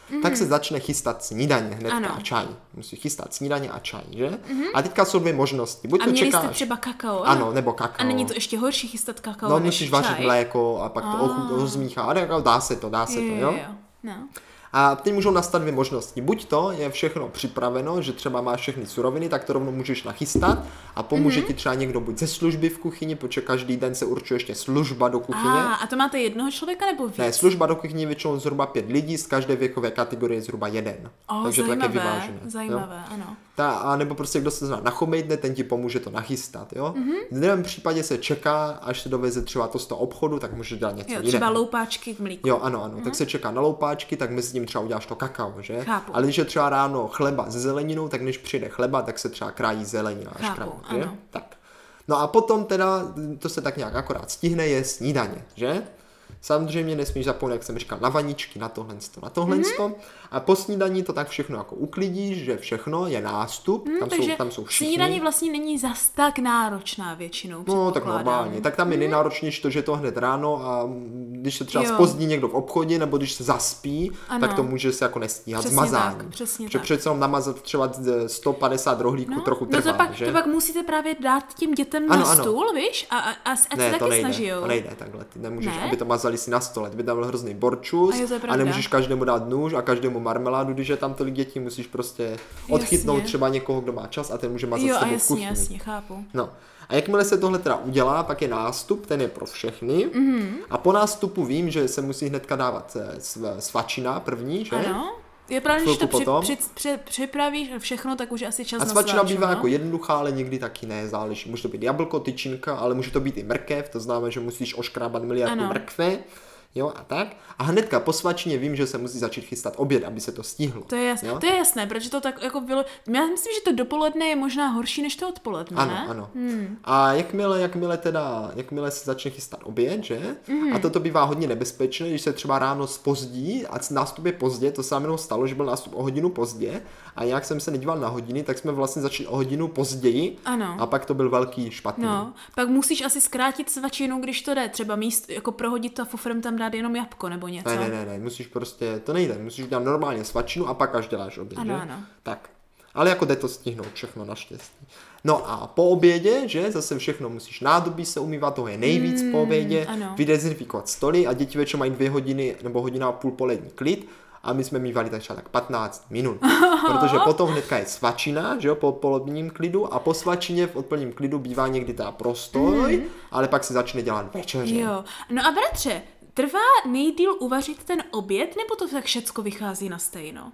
mm-hmm. tak se začne chystat snídaně hnedka ano. a čaj. Musí chystat snídaně a čaj, že? Mm-hmm. A teďka jsou dvě možnosti. Buď a to měli čekáš... jste třeba kakao? Ano, nebo kakao. A není to ještě horší chystat kakao No, než musíš vařit čaj? mléko a pak to Ah. rozmíchá. A dá se to, dá se jo, to, jo? jo, jo. No. A teď můžou nastat dvě možnosti. Buď to je všechno připraveno, že třeba máš všechny suroviny, tak to rovnou můžeš nachystat a pomůže mm-hmm. ti třeba někdo buď ze služby v kuchyni, protože každý den se určuje ještě služba do kuchyně. A, a to máte jednoho člověka nebo víc? Ne, služba do kuchyně je většinou zhruba pět lidí, z každé věkové kategorie zhruba jeden. O, takže zajímavé, to tak je vyvážené. Zajímavé, jo? ano. Ta, a nebo prostě kdo se zná nachomejdne, ten ti pomůže to nachystat, jo. Mm-hmm. V jiném případě se čeká, až se doveze třeba to z toho obchodu, tak může dělat něco jo, jiného. třeba loupáčky k mlíku. Jo, ano, ano, mm-hmm. tak se čeká na loupáčky, tak mezi tím třeba uděláš to kakao, že? Chápu. Ale když je třeba ráno chleba se zeleninou, tak než přijde chleba, tak se třeba krájí zelenina a škrabá, že? Ano. Tak. No a potom teda, to se tak nějak akorát stihne, je snídaně, že? Samozřejmě nesmíš zapomenout, jak jsem říkal, na vaničky, na tohle, na tohle. Mm-hmm. A po snídaní to tak všechno jako uklidíš, že všechno je nástup, Hmm, tam, takže jsou, tam jsou všichni. snídaní vlastně není zas tak náročná většinou. No tak normálně, tak tam je nejnáročnější to, že je to hned ráno a když se třeba Jo. zpozdí někdo v obchodě nebo když se zaspí, Ano. tak to může se jako nestíhat Přesně zmazání. tak, přesně Protože tak. přece jenom namazat třeba sto padesát rohlíků No, trochu no trvá, to, pak, že? to pak musíte právě dát těm dětem Ano, na ano. stůl, víš? A, a, a ať Ne, se to taky nejde, snažijou. to nejde takhle, ty nemůžeš, Ne? aby to mazali si na stole, ty by tam byl hrozný borčus A jo, to je a pravda. nemůžeš každému dát nůž a každému marmeládu, když je tam tolik dětí, musíš prostě odchytnout Jasně. třeba někoho, kdo má čas a ten může mazat Jo, s a tebou v jasně, kuchyni. jasně, chápu. No. A jakmile se tohle teda udělá, pak je nástup, ten je pro všechny. Mm-hmm. A po nástupu vím, že se musí hnedka dávat eh, sv- svačina první, že? Ano. Je pravda, když to Chvilku při, potom. při, při, připravíš všechno, tak už je asi čas A na svačina sváču, bývá no? jako jednoduchá, ale někdy taky ne, záleží. Může to být jablko, tyčinka, ale může to být i mrkev, to znamená, že musíš oškrábat miliardu Ano. mrkve. Jo, a tak. A hnedka po svačině vím, že se musí začít chystat oběd, aby se to stihlo. To je, jasné, jo? to je jasné, protože to tak jako bylo... Já myslím, že to dopoledne je možná horší než to odpoledne, Ano, ne? ano. Hmm. A jakmile, jakmile teda, jakmile se začne chystat oběd, že? Mhm. A toto bývá hodně nebezpečné, když se třeba ráno zpozdí a nástup je pozdě, to se nám jenom stalo, že byl nástup o hodinu pozdě a jak jsem se nedíval na hodiny, tak jsme vlastně začali o hodinu později Ano. a pak to byl velký špatný. No, pak musíš asi zkrátit svačinu, když to jde. Třeba míst, jako prohodit to a fufrem tam dát jenom jabko nebo něco. Ne, ne, ne, ne, musíš prostě, to nejde, musíš dělat normálně svačinu a pak až děláš oběd, Ano, že? ano. Tak. Ale jako jde to stihnout všechno naštěstí. No a po obědě, že zase všechno musíš nádobí se umývat, toho je nejvíc mm, po obědě, ano. vydezinfikovat stoly a děti většinou mají dvě hodiny nebo hodina a půl polední klid a my jsme mývali tak třeba tak patnáct minut, protože potom hnedka je svačina, že jo, po poledním klidu a po svačině v odpoledním klidu bývá někdy teda prostoj, mm. ale pak se začne dělat večeře. Jo. No a bratře, trvá nejdýl uvařit ten oběd, nebo to tak všecko vychází na stejno?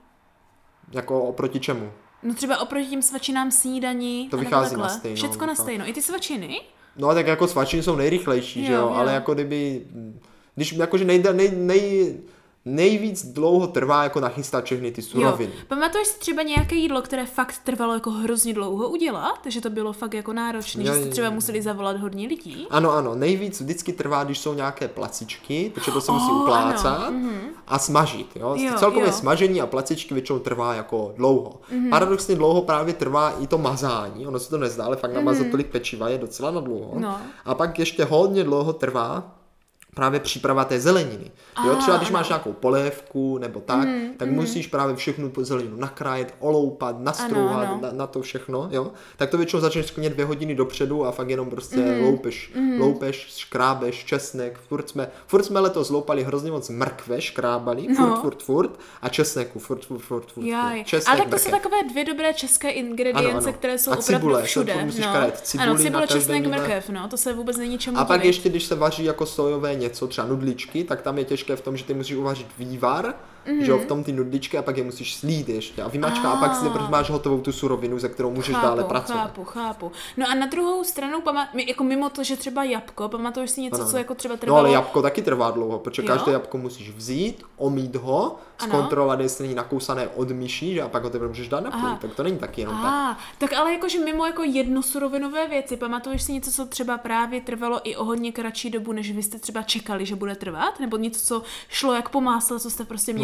Jako oproti čemu? No třeba oproti těm svačinám snídaní. To a nebo vychází takhle. na stejno, Všecko na no. stejno. I ty svačiny? No a tak jako svačiny jsou nejrychlejší, Jo, že jo, jo. ale jako kdyby, když jakože nejde, nej, nej, nejvíc dlouho trvá jako nachystat všechny ty suroviny. Jo. Pamatuješ si třeba nějaké jídlo, které fakt trvalo jako hrozně dlouho udělat? Takže to bylo fakt jako náročné, Jo, že jo, jste třeba jo. museli zavolat hodně lidí? Ano, ano, nejvíc vždycky trvá, když jsou nějaké placičky, protože to se musí Oh, uplácat ano, mhm. a smažit, jo. Jo, Celkově jo. smažení a placičky většinou trvá jako dlouho. Mhm. Paradoxně dlouho právě trvá i to mazání, ono se to nezdá, ale fakt namazat tolik pečiva je docela na dlouho. No. A pak ještě hodně dlouho trvá právě příprava té zeleniny. Jo, Ah, třeba když ano. máš nějakou polévku nebo tak, Mm, tak mm. musíš právě všechnu tu zeleninu nakrájet, oloupat, nastrouhat, ano. na, na to všechno, jo. Tak to většinou začneš skvěně dvě hodiny dopředu a fakt jenom prostě Mhm, loupeš, loupeš, škrábeš, česnek, furt jsme, furt jsme letos loupali hrozně moc mrkve, škrábali, furt, No. furt, furt a česneku, furt, furt, furt, furt, Jaj. furt. Česnek, Ale tak to jsou mrkev. takové dvě dobré české ingredience, Ano, ano. které jsou A opravdu cibule, to všude. furt musíš no. krájet cibuli Ano, na cibule, každém česnek, jídle. mrkev, no, to se vůbec není čemu A pak divit. ještě, když se vaří jako sojové něco, třeba nudličky, tak tam je těžké v tom, že ty musíš uvařit vývar, mm-hmm. že jo, v tom ty nudličky a pak je musíš slít ještě a vymačka a pak si teprve máš hotovou tu surovinu, se kterou můžeš chápu, dále pracovat. Chápu, chápu. No a na druhou stranu, pama- my- jako mimo to, že třeba jabko, pamatuješ si něco, Ano. co jako třeba No trvalo... ale jabko taky trvá dlouho, protože Jo? každé jabko musíš vzít, omít ho, Ano. zkontrolovat, jestli není nakousané od myší, že a pak ho teprve můžeš dát na Aha. plyn, tak to není taky jenom tak. Ah, tak ale jakože mimo jako jednosurovinové věci, pamatuješ si něco, co třeba právě trvalo i o hodně kratší dobu, než vy jste třeba čekali, že bude trvat? Nebo něco, co šlo jak po másle, co jste prostě měli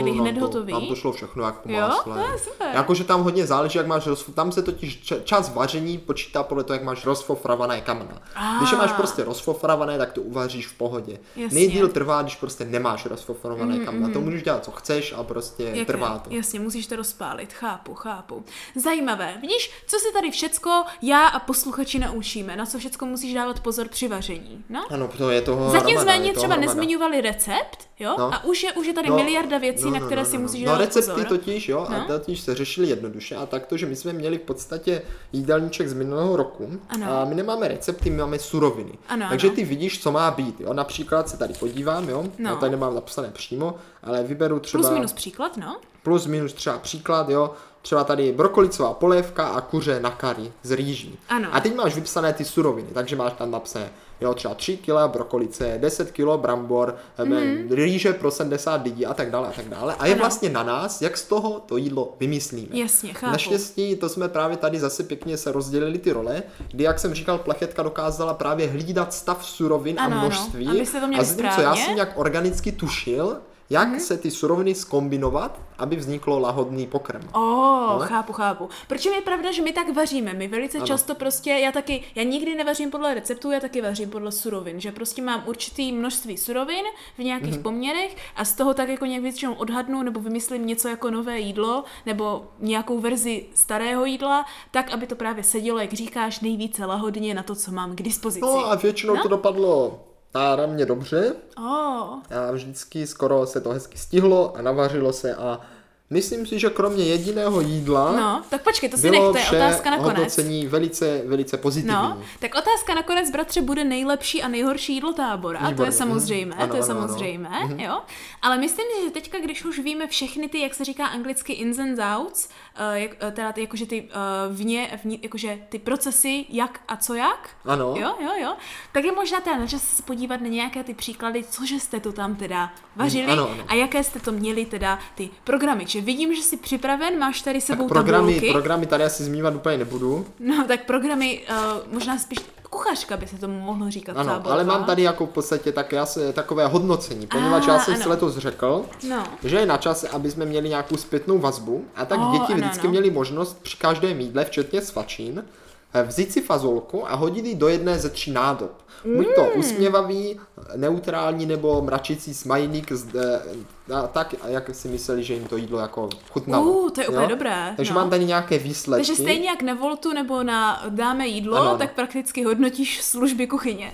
byli hned nám to, hotový. Tam to šlo všechno jak po Jo? másle. To je super. Jakože tam hodně záleží, jak máš roz... Tam se totiž č- čas vaření počítá podle toho, jak máš rozfofravané kamena. Ah. Když je máš prostě rozfofravané, tak to uvaříš v pohodě. Jasně. Nejdýl trvá, když prostě nemáš rozfofravané Mm, kamena. mm. To můžeš dělat, co chceš a prostě Jak trvá je? to. Jasně, musíš to rozpálit, chápu, chápu. Zajímavé. Vidíš, co se tady všecko já a posluchači naučíme, na co všecko musíš dávat pozor při vaření, no? Ano, to je toho Zatím hromada, jsme ani je toho třeba hromada. nezmiňovali recept, jo? No. A už je, už je tady No, miliarda věcí, no, na no, které no, si no. musíš No dávat recepty pozor. totiž, jo, No. a totiž se řešili jednoduše a tak to, že my jsme měli v podstatě jídelníček z minulého roku Ano. a my nemáme recepty, my máme suroviny. Ano, Takže ano. ty vidíš, co má být, jo. Například se tady podívám, jo, No. já tady nemám napsané přímo, ale vyberu třeba Plus minus příklad, no? plus minus třeba příklad, jo. Třeba tady brokolicová polévka a kuře na kari z rýží. Ano. A teď máš vypsané ty suroviny, takže máš tam napsané, jo, třeba tři kila brokolice, deset kilo brambor, mm-hmm. rýže pro sedmdesát lidí a tak dále a tak dále. A je Ano. vlastně na nás, jak z toho to jídlo vymyslíme. Jasně, chápu. Naštěstí to jsme právě tady zase pěkně se rozdělili ty role, kdy, jak jsem říkal, plachetka dokázala právě hlídat stav surovin Ano, a ano. množství. Abyste to měli a zatímco já správně. jsem nějak organicky tušil, jak mm-hmm. se ty suroviny zkombinovat, aby vzniklo lahodný pokrm. Oh, No. chápu, chápu. Protože je pravda, že my tak vaříme. My velice Ano. často prostě, já taky, já nikdy nevařím podle receptů, já taky vařím podle surovin, že prostě mám určitý množství surovin v nějakých Mhm. mm-hmm. poměrech a z toho tak jako nějak většinou odhadnu nebo vymyslím něco jako nové jídlo nebo nějakou verzi starého jídla, tak, aby to právě sedělo, jak říkáš, nejvíce lahodně na to, co mám k dispozici. No a většinou No. to dopadlo náramně dobře. Oh. A vždycky skoro se to hezky stihlo a navařilo se a myslím si, že kromě jediného jídla No, tak počkej, to si bylo nechte, vše otázka nakonec. hodnocení velice, velice pozitivní. No, tak otázka nakonec, bratře, bude nejlepší a nejhorší jídlo tábora. Výborně. To je samozřejmé, Mhm. Ano, to je ano, ano. samozřejmé, Mhm. jo. Ale myslím si, že teďka, když už víme všechny ty, jak se říká anglicky ins and outs, uh, jak, uh, teda ty, jakože ty uh, vně, vně, jakože ty procesy, jak a co jak, Ano. jo, jo, jo, tak je možná teda na čas se podívat na nějaké ty příklady, cože jste tu tam teda vařili Ano, ano. a jaké jste to měli teda ty programy. Čiže vidím, že jsi připraven, máš tady sebou Tak programy, tabulky. programy tady asi zmívat úplně nebudu. No, tak programy, uh, možná spíš kuchařka by se tomu mohlo říkat. Ano, táborka. ale mám tady jako v podstatě tak, já se, takové hodnocení, poněvadž já jsem ano. si letos řekl, No. že je na čase, aby jsme měli nějakou zpětnou vazbu a tak Oh, děti ano, vždycky ano. měly možnost při každém jídle, včetně svačin, vzít si fazolku a hodit ji do jedné ze tří nádob. Buď to Mm. usměvavý, neutrální nebo mračící smajlík, zde, a tak, jak si mysleli, že jim to jídlo jako chutnalo. Uh, to je úplně dobré, Takže no. mám tady nějaké výsledky. Takže stejně jak na Voltu nebo na dáme jídlo, Ano, ano. tak prakticky hodnotíš služby kuchyně.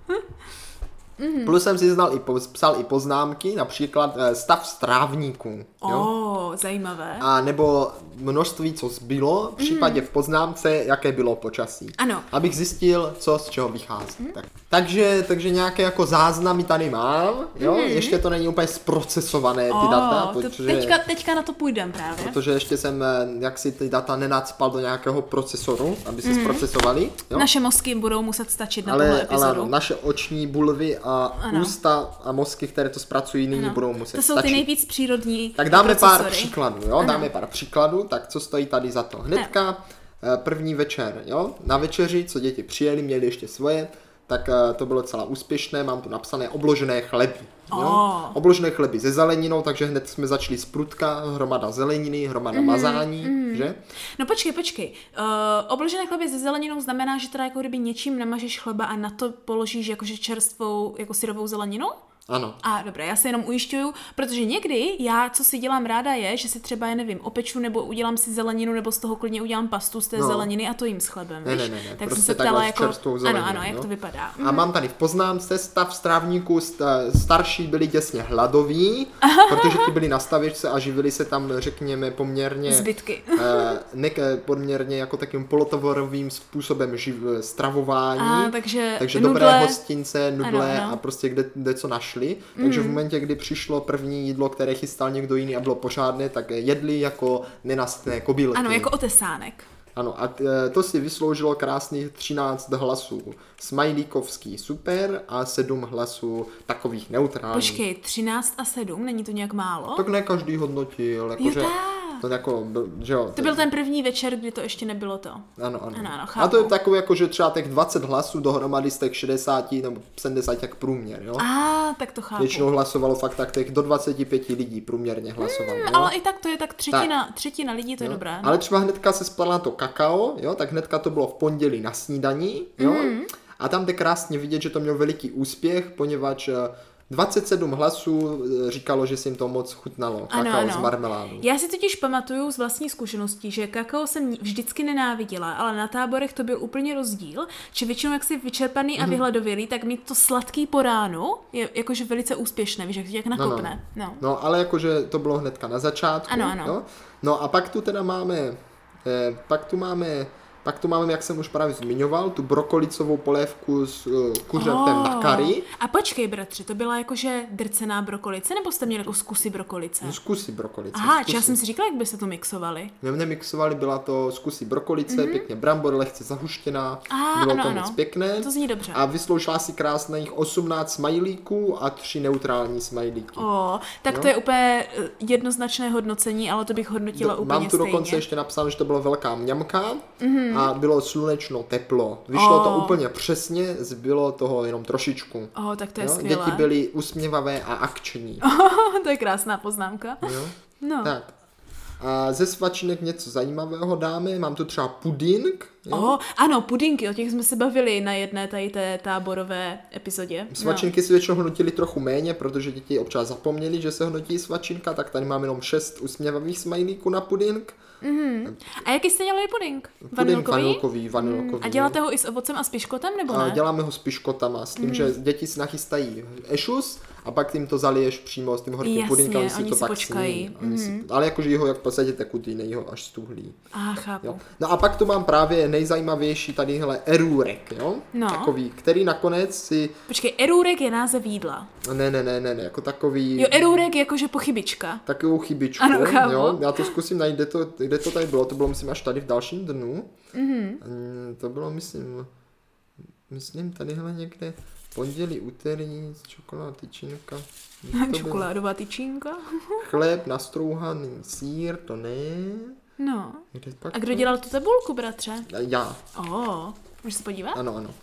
Mm. Plus jsem si znal i, po- psal i poznámky, například eh, stav strávníků. Jo? Oh, zajímavé. A nebo množství, co zbylo, v případě v poznámce, jaké bylo počasí. Ano. Abych zjistil, co z čeho vychází. Mm. Tak. Takže, takže nějaké jako záznamy tady mám, jo? Mm. Ještě to není úplně zprocesované ty Oh, data, to protože, teďka, teďka na to půjdem právě. protože ještě jsem eh, jaksi ty data nenacpal do nějakého procesoru, aby se mm. zprocesovali. Jo? Naše mozky budou muset stačit na tuhle Ale, ale epizodu. ano, naše oční bulvy a Ano. ústa a mozky, které to zpracují, nyní Ano. budou muset To jsou stačit. ty nejvíc přírodní Tak dáme pár procesory. příkladů, jo? Dáme pár příkladů, tak co stojí tady za to? Hnedka eh, první večer, jo? Na večeři, co děti přijeli, měli ještě svoje, tak eh, to bylo docela úspěšné, mám tu napsané obložené chleby. Jo? Oh. Obložené chleby se zeleninou, takže hned jsme začali z prutka, hromada zeleniny, hromada mm, mazání, mm. že? No počkej, počkej. Uh, obložené chleby se zeleninou znamená, že teda jako kdyby něčím namažeš chleba a na to položíš jakože čerstvou, jako syrovou zeleninu? Ano. A dobré, já se jenom ujišťuju, protože někdy já, co si dělám ráda je, že si třeba, já nevím, opeču nebo udělám si zeleninu nebo z toho klidně udělám pastu z té No. zeleniny a to jim s chlebem, Ne, víš? ne, ne, ne, Tak prostě jsem se takhle ptala s jako, čerstvou zeleninou, ano, ano, jak jo. to vypadá. A mám tady v poznámce stav strávníků, st- starší byli těsně hladoví, protože ti byli na stavěčce a živili se tam, řekněme, poměrně Zbytky. eh, ne, poměrně jako takým polotovarovým způsobem živ, stravování. A, takže takže nudle. dobré hostince, nudle Ano, ano. a prostě kde, kde co našli. Takže v momentě, kdy přišlo první jídlo, které chystal někdo jiný a bylo pořádné, tak jedli jako nenastné kobylky. Ano, jako otesánek. Ano, a t- to si vysloužilo krásných třináct hlasů. Smajlíkovský super a sedm hlasů takových neutrálních. Počkej, třináct a sedm, není to nějak málo? Tak ne každý hodnotil, Jo, jakože tak. To jako, že jo. To byl ten první večer, kdy to ještě nebylo to. Ano, ano. ano, ano a to je takové jako, že třeba těch dvacet hlasů dohromady z těch šedesát nebo sedmdesát jak průměr, jo. A, tak to chápu. Většinou hlasovalo fakt tak těch do dvacet pět lidí průměrně hlasovalo. Hmm, ale i tak to je tak třetina, tak. třetina lidí, to jo. je dobré. No. Ale třeba hnedka se spadla na to kakao, jo, tak hnedka to bylo v pondělí na snídaní, jo. Mm. A tam jde krásně vidět, že to měl veliký úspěch, poněvadž dvacet sedm hlasů říkalo, že si jim to moc chutnalo, kakao ano, ano. s marmeládou. Já si totiž pamatuju z vlastní zkušeností, že kakao jsem vždycky nenáviděla, ale na táborech to byl úplně rozdíl, že většinou jak jsi vyčerpaný a vyhladovělý, tak mít to sladký po ránu je jakože velice úspěšné, víš, jak nakopne. No, no. no ale jakože to bylo hnedka na začátku. Ano, ano. Jo? No a pak tu teda máme, eh, pak tu máme Pak tu máme, jak jsem už právě zmiňoval, tu brokolicovou polévku s uh, kuřetem oh. na kari. A počkej, bratře, to byla jakože drcená brokolice, nebo jste měli jako z kusy brokolice? Z kusy brokolice. Aha, či já jsem si říkala, jak by se to mixovali. My nemixovali, byla to z kusy brokolice, mm-hmm. pěkně brambor, lehce zahuštěná, ah, bylo ano, to ano. moc pěkné. To zní dobře. A vysloužila si krásných osmnáct smajlíků a tři neutrální smajlíky. Oh, tak no? To je úplně jednoznačné hodnocení, ale to bych hodnotila Do, úplně Mám tu stejně. dokonce ještě napsáno, že to bylo velká mňamka mm-hmm. a bylo slunečno teplo. Vyšlo oh. to úplně přesně, zbylo toho jenom trošičku. Oh, tak to je jo? skvělé. Děti byly usměvavé a akční. Oh, to je krásná poznámka. Jo? No. Tak. A ze svačinek něco zajímavého dáme. Mám tu třeba puding. Jo? Oh, ano, pudinky, o těch jsme se bavili na jedné tady té táborové epizodě. Svačinky no. si většinou hnotili trochu méně, protože děti občas zapomněli, že se hnotí svačinka, tak tady máme jenom šest usměvavých smajlíků na puding. Mm. A jaký jste dělali puding? Puding Vanilkový? vanilkový, vanilkový. Mm. A děláte ho i s ovocem a s piškotem, nebo ne? A děláme ho s piškotama, s tím, mm. že děti si nachystají ešus a pak tím to zaliješ přímo s tím horkým pudinkem, oni si to si pak počkají. sní. Mm. Si, ale jakože ho jak v podstatě tekutý, nej ho až stuhlý. Ah, chápu. Jo. No a pak tu mám právě nejzajímavější tadyhle erůrek, jo? No. Takový, který nakonec si... Počkej, erůrek je název jídla. Ne, ne, ne, ne, ne, jako takový... Jo, erůrek je jakože pochybička. Takovou chybičku, ano, chápu. Jo? Já to zkusím najít, kde to, kde to tady bylo, to bylo myslím až tady v dalším dnu. Mm-hmm. To bylo myslím, myslím tadyhle někde pondělí, úterý, čokoládová tyčinka. Čokoládová tyčinka? Chléb, nastrouhaný sýr, to ne. No. Pak a kdo dělal tu tabulku, bratře? Já. Oh, můžeš se podívat? Ano, ano.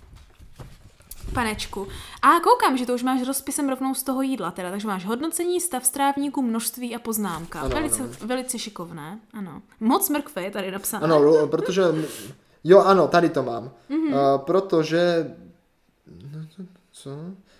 Panečku. A koukám, že to už máš rozpisem rovnou z toho jídla, teda, takže máš hodnocení, stav strávníku, množství a poznámka. Ano, velice, ano. velice šikovné, ano. Moc mrkve je tady napsané. Ano, protože, jo, ano, tady to mám. Mm-hmm. Uh, protože, co?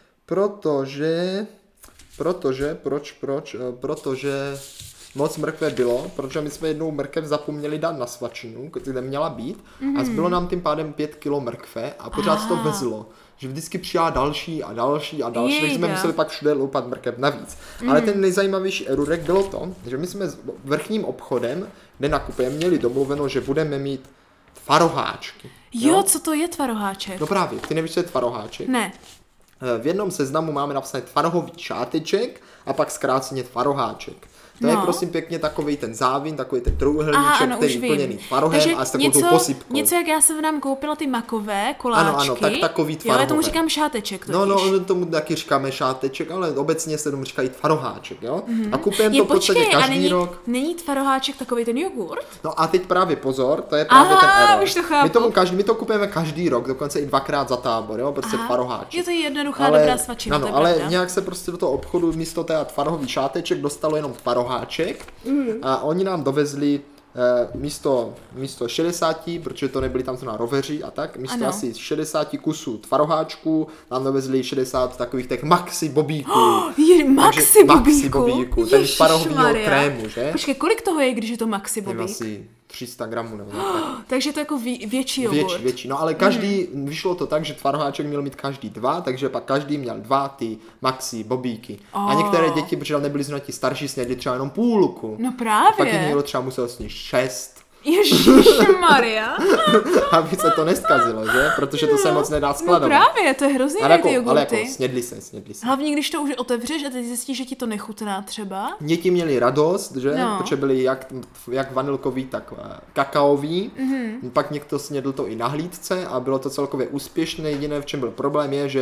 Protože, protože, proč, proč, uh, protože moc mrkve bylo, protože my jsme jednou mrkev zapomněli dát na svačinu, kde měla být, mm-hmm. a zbylo nám tím pádem pět kilo mrkve a pořád se to vezlo. Že vždycky přijala další a další a další, takže jsme museli pak všude loupat mrkev navíc. Mm. Ale ten nejzajímavější erůrek bylo to, že my jsme s vrchním obchodem, kde nakupujeme, měli domluveno, že budeme mít tvaroháčky. Jo, jo, co to je tvaroháček? No právě, ty nevíš, co je tvaroháček? Ne. V jednom seznamu máme napsané tvarohový šáteček a pak zkráceně tvaroháček. To no. je prosím pěkně takový ten závin, takový ten trojúhelníček, který je plněný tvarohem. Takže a s takovou něco, posypkou. něco, jak já jsem nám koupila ty makové koláčky. Ano, ano, tak takový tvarohové. Jo, já tomu říkám šáteček totiž. No, no, tomu taky říkáme šáteček, ale obecně se tomu říkají tvaroháček, jo? Mm-hmm. A kupujeme to v podstatě každý není, rok. Není tvaroháček takový ten jogurt? No a teď právě pozor, to je právě Aha, ten error. Už to chápu. My, tomu každý, my to kupujeme každý rok, dokonce i dvakrát za tábor, jo? Prostě tvaroháček. Je to jednoduchá, ale, dobrá svačina, ano, to je ale pravda. nějak se prostě do toho obchodu místo té tvarohový šáteček dostalo jenom tvaroháček. Mm. A oni nám dovezli eh, místo, místo šedesáti, protože to nebyli tam to na roveři a tak, místo ano. asi šedesáti kusů tvaroháčků nám dovezli šedesát takových těch maxi bobíků. Oh, je maxi bobíku? Maxi bobíku, ten tvarohovýho krému, že? Počkej, kolik toho je, když je to maxi bobík? Asi tři sta gramů nebo tak. Oh, takže to je jako vě, větší jogurt. Větší, větší. No ale každý, mm. vyšlo to tak, že tvaroháček měl mít každý dva, takže pak každý měl dva ty maxi bobíky. Oh. A některé děti, protože nebyly zrovna starší, snědli třeba jenom půlku. No právě. A pak jim někdo třeba musel sníst šest. Ježišmarja. Aby se to neskazilo, že? Protože to no, se moc nedá skladovat. No právě, to je hrozný, ale jako, ty jogurty. Ale jako snědli se, snědli se. Hlavně, když to už otevřeš a teď zjistíš, že ti to nechutná třeba. Děti měli radost, že? No. Protože byli jak, jak vanilkový, tak kakaový. Mm-hmm. Pak někdo snědl to i na hlídce a bylo to celkově úspěšné. Jediné, v čem byl problém, je, že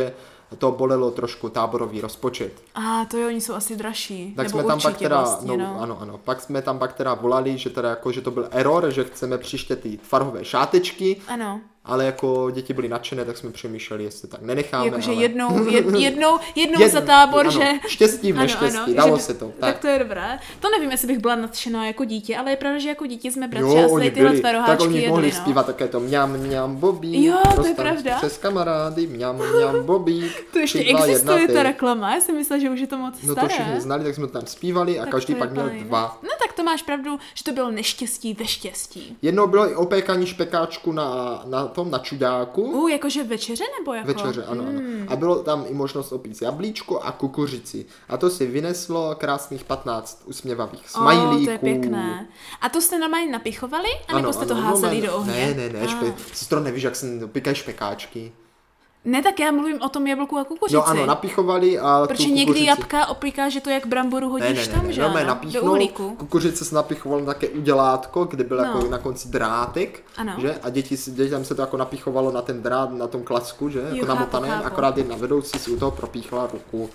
to bolelo trošku táborový rozpočet. A to jo, oni jsou asi dražší. Tak Nebo jsme tam pak teda, vlastně, no, no. ano, ano, pak jsme tam pak teda volali, že teda jako, že to byl error, že chceme příště ty tvarhové šátečky. Ano. Ale jako děti byly nadšené, tak jsme přemýšleli, jestli tak nenecháme. Jakože ale... jednou, jed, jednou, jednou Jed, za tábor, ano, že... štěstí v neštěstí, ano, ano, dalo že... se to. Tak. tak to je dobré. To nevím, jestli bych byla nadšená jako dítě, ale je pravda, že jako dítě jsme bratři jo, a oni tyhle byli, tvaroháčky tak oni jedli, mohli no. zpívat také to mňam, mňam, bobík. Jo, to je pravda. Přes kamarády, mňam, mňam, bobík. To ještě tři, dva, existuje jedna, ta reklama, já jsem myslela, že už je to moc no staré. to všichni znali, tak jsme to tam zpívali a tak každý pak měl fajn. dva. No tak to máš pravdu, že to bylo neštěstí ve štěstí. Jednou bylo i opékání špekáčku na, na tom, na čudáku. Uh, jakože večeře nebo jako? Večeře, ano, hmm. ano. A bylo tam i možnost opít jablíčko a kukuřici. A to si vyneslo krásných patnáct usměvavých smajlíků. Oh, to je pěkné. A to jste normálně napichovali? A nebo jste to házeli do ohně? Ne, ne, ne, ah. špe... Sestro, nevíš, jak se opíkají špekáčky. Ne, tak já mluvím o tom jablku a kukuřici. No ano, napichovali a Protože tu někdy kukuřici. Jabka opíká, že to jak bramboru hodíš ne, ne, ne, tam, ne, že ne, ano? napíchnou, Do uhlíku. Kukuřice se napichoval na také udělátko, kde byl No. jako na konci drátek, Ano. že? A děti, si- dětem se to jako napichovalo na ten drát, na tom klacku, že? Jako Jo, namotaném, chápu, chápu. akorát jedna vedoucí si u toho propíchla ruku.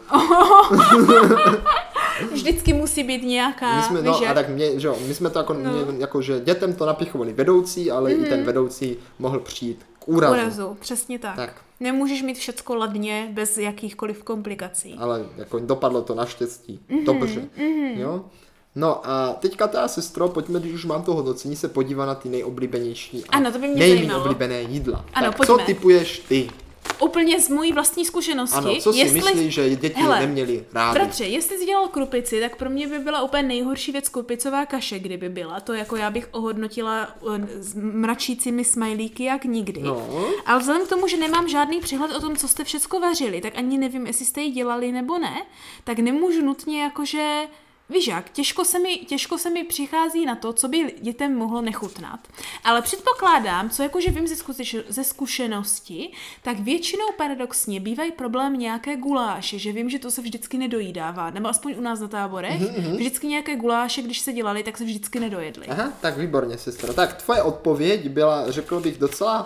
Vždycky musí být nějaká, My jsme, víš no, jak? a tak mě, že jo, my jsme to jako, No. mě, jako, že dětem to napichovali vedoucí, ale mm. i ten vedoucí mohl přijít k úrazu. Urazu, přesně tak. Tak. Nemůžeš mít všecko ladně bez jakýchkoliv komplikací. Ale jako dopadlo to naštěstí. Mm-hmm, dobře. Mm-hmm. Jo? No a teďka teda, sestro, pojďme, když už mám to hodnocení, se podívat na ty nejoblíbenější a Ano, to by mě nejméně zajímalo. oblíbené jídla. Ano, tak pojďme. co typuješ ty? Úplně z mojí vlastní zkušenosti. Ano, co si jestli... myslíš, že děti Hele, neměli rádi? Bratře, jestli jsi dělal krupici, tak pro mě by byla úplně nejhorší věc krupicová kaše, kdyby byla. To jako já bych ohodnotila uh, s mračícími smajlíky jak nikdy. No. Ale vzhledem k tomu, že nemám žádný přehled o tom, co jste všecko vařili, tak ani nevím, jestli jste ji dělali nebo ne, tak nemůžu nutně jakože... Víš jak, těžko se, mi, těžko se mi přichází na to, co by dětem mohlo nechutnat. Ale předpokládám, co jakože vím ze, zkušenosti, ze zkušenosti, tak většinou paradoxně bývají problém nějaké guláše, že vím, že to se vždycky nedojídává, nebo aspoň u nás na táborech, mm-hmm. vždycky nějaké guláše, když se dělali, tak se vždycky nedojedly. Aha, tak výborně, sestro. Tak tvoje odpověď byla, řekl bych, docela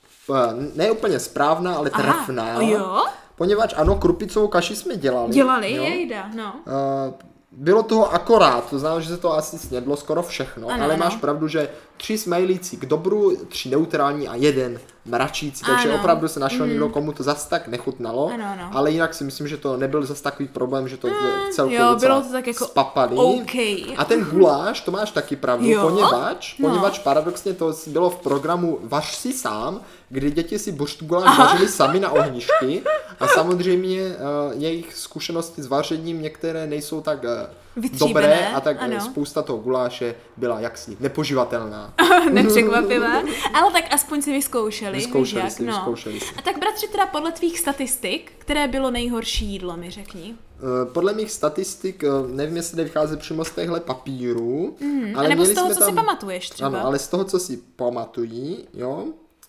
ne úplně správná, ale Aha, trefná. jo? Poněvadž ano, krupicovou kaši jsme dělali. Dělali, jo? jejda, no. Uh, bylo toho akorát, to znamená, že se to asi snědlo skoro všechno, Ano, ale ano. máš pravdu, že tři smajlíci k dobru, tři neutrální a jeden mračící, takže Ano. opravdu se našel mm. někdo, komu to zas tak nechutnalo, Ano, ano. ale jinak si myslím, že to nebyl zas takový problém, že to mm, celkově jo, docela bylo to tak jako spapali. OK. A ten guláš, to máš taky pravdu, Jo? poněvadž, No. poněvadž paradoxně to bylo v programu Vař si sám, kdy děti si buřt guláš vařili sami na ohništi a samozřejmě uh, jejich zkušenosti s vařením některé nejsou tak uh, Vytříbené, dobré a tak ano. spousta toho guláše byla jaksi nepoživatelná. Nepřekvapivé, ale tak aspoň si vyzkoušeli. Vyzkoušeli víš si, jak, no. vyzkoušeli si. A tak bratři, teda podle tvých statistik, které bylo nejhorší jídlo, mi řekni. Uh, Podle mých statistik, uh, nevím, jestli nevychází přímo z téhle papíru, Mm, ale a nebo z měli toho, jsme co si tam, pamatuješ třeba. Ano, ale z toho, co si pamatují, jo,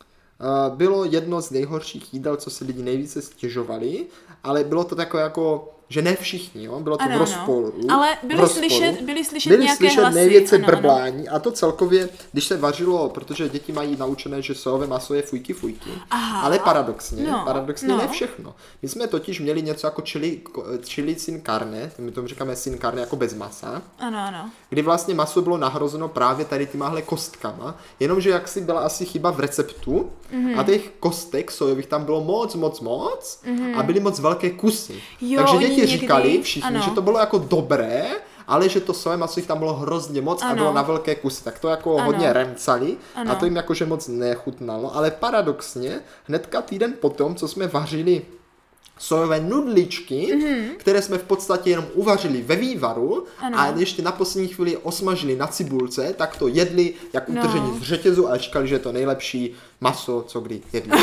uh, bylo jedno z nejhorších jídel, co si lidi nejvíce stěžovali, ale bylo to takové jako, že ne všichni, jo, bylo to Ano, v rozporu. ano. Ale byly v rozporu. slyšet- byly slyšet byly nějaké slyšet hlasy, nejvíce ano, ano. brblání a to celkově, když se vařilo, protože děti mají naučené, že sojové maso je fujky fujky, Aha. ale paradoxně, No, paradoxně no. ne všechno. My jsme totiž měli něco jako chili, chili sin carne, my tomu říkáme sin carne jako bez masa, Ano, ano. kdy vlastně maso bylo nahrozeno právě tady těmahle kostkama, jenomže jaksi byla asi chyba v receptu mm-hmm. a těch kostek sojových tam bylo moc, moc, moc mm-hmm. a byly moc velké kusy. Jo, Takže oni děti někdy- říkali všichni, ano. že to bylo jako dobré, ale že to sojové maso jich tam bylo hrozně moc Ano. a bylo na velké kusy. Tak to jako Ano. hodně remcali Ano. a to jim jakože moc nechutnalo, ale paradoxně hnedka týden potom, co jsme vařili sojové nudličky, mm-hmm. které jsme v podstatě jenom uvařili ve vývaru Ano. a ještě na poslední chvíli osmažili na cibulce, tak to jedli jak No. utržení z řetězu a říkali, že je to nejlepší maso, co kdy jedli.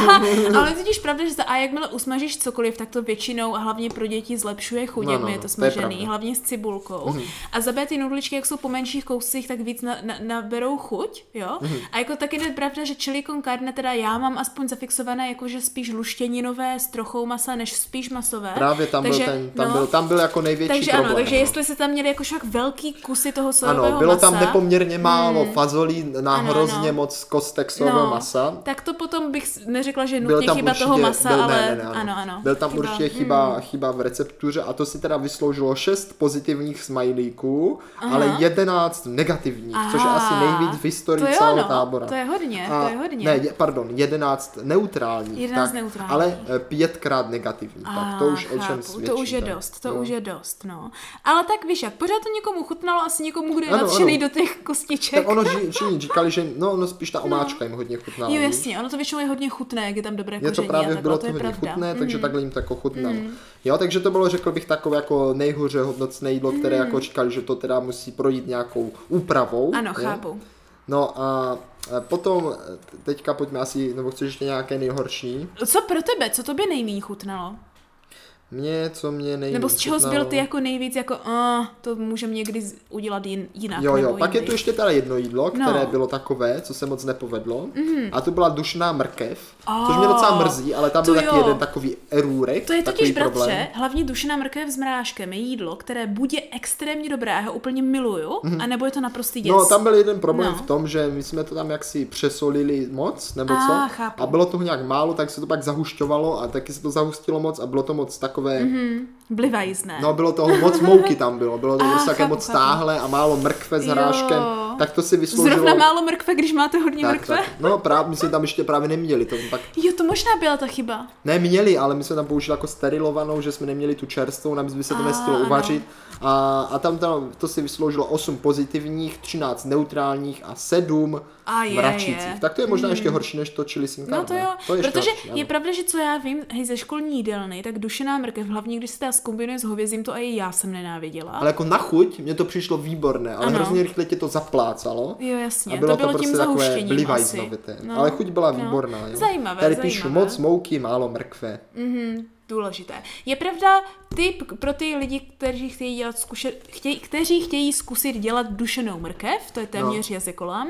Ale totiž pravda, že a jakmile usmažíš cokoliv, tak to většinou a hlavně pro děti zlepšuje chuť, No, jak no, je to no, to je smažený, pravda. hlavně s cibulkou. Mm. A za B ty nudličky, jak jsou po menších kouscích, tak víc na, na, naberou chuť, jo. Mm. A jako taky je pravda, že chili con carne, teda já mám aspoň zafixované, jakože spíš luštěninové s trochou masa, než spíš masové. Právě tam, takže, byl, ten, tam, no, byl, tam byl jako největší takže problém. ano, takže no. jestli se tam měli jako však velký kusy toho sojového Ano, bylo masa, tam nepoměrně málo mm. fazolí na Ano, hrozně ano. moc kostek sojového No, masa. masa. Tak to potom bych neřekla, že Byl nutně tam chyba určitě, toho masa, byl, ale ne, ne, ne, ano. ano, ano. Byl tam chyba, určitě chyba, hmm. chyba v receptuře a to si teda vysloužilo šest pozitivních smajlíků, Aha. ale jedenáct negativních, Aha. což je asi nejvíc v historii celého ono, tábora. To je hodně, a, to je hodně. Ne, je, pardon, jedenáct neutrálních, jedenáct tak, neutrálních. ale pětkrát negativní, A, tak to už chápu, o čem svědčí. To už je tak, dost, to no. už je dost, no. Ale tak víš jak, pořád to někomu chutnalo, asi někomu, kdo je ano, nadšený ano. do těch kostiček. Tak ono všichni říkali, že no, no spíš ta omáčka no. jim hodně chutnala. Jo, jasně, ono to většinou je hodně chutné, jak je tam dobré koření. Je to právě, a bylo to to hodně pravda. chutné, mm. takže takhle jim to jako chutnalo. Mm. Jo, takže to bylo, řekl bych, takové jako nejhůře hodnocné jídlo, které mm. jako říkali, že to teda musí projít nějakou úpravou. Ano, je? chápu. No a potom, teďka pojďme asi, nebo chceš ještě nějaké nejhorší? Co pro tebe, co tobě nejméně chutnalo? Mně, co mě nejvíc Nebo z čeho chutnalo... byl ty jako nejvíc, jako uh, to můžeme někdy udělat jin, jinak. Jo, jo, nebo pak jindy. je tu ještě teda jedno jídlo, které no. bylo takové, co se moc nepovedlo. Mm-hmm. A to byla dušná mrkev, oh, což mě docela mrzí, ale tam byl taky jo. jeden takový erůrek. To je totiž, bratře, problém. hlavně dušená mrkev s mráškem je jídlo, které buď je extrémně dobré, já ho úplně miluju, mm-hmm. anebo je to naprostý děs. No, tam byl jeden problém no. v tom, že my jsme to tam jaksi přesolili moc, nebo ah, co? Chápu. A bylo toho nějak málo, tak se to pak zahušťovalo a taky se to zahustilo moc a bylo to moc takové... Mm-hmm. Blivajzné. No, bylo toho moc mouky tam bylo, bylo to ah, prostě také chápu, moc chápu. stáhle a málo mrkve s hráškem, jo. tak to si vysloužilo... Zrovna málo mrkve, když máte hodně tak, mrkve? Tak. No, právě, my jsme tam ještě právě neměli to tak... Jo, to možná byla ta chyba. Ne, měli, ale my jsme tam použili jako sterilovanou, že jsme neměli tu čerstvou, aby se to ah, nestihlo uvařit. A, a tam, tam to si vysloužilo osm pozitivních, třináct neutrálních a sedm a je, mračících. je. Tak to je možná mm. ještě horší než to chili sin carne. No to jo, to je protože horší, je pravda, že co já vím, hej, ze školní jídelny, tak dušená mrkev, hlavně když se ta zkombinuje s hovězím, to i já jsem nenáviděla. Ale jako na chuť mně to přišlo výborné, ale ano. hrozně rychle tě to zaplácalo. Jo, jasně, a bylo to bylo to tím prostě zahuštěním asi. No. Ale chuť byla výborná. No. Jo. Zajímavé, Tady zajímavé. píšu moc mouky, málo mrkve. Mhm. Důležité. Je pravda, tip pro ty lidi, kteří chtějí, dělat zkuše, chtějí, kteří chtějí zkusit dělat dušenou mrkev, to je téměř no. jazykolam,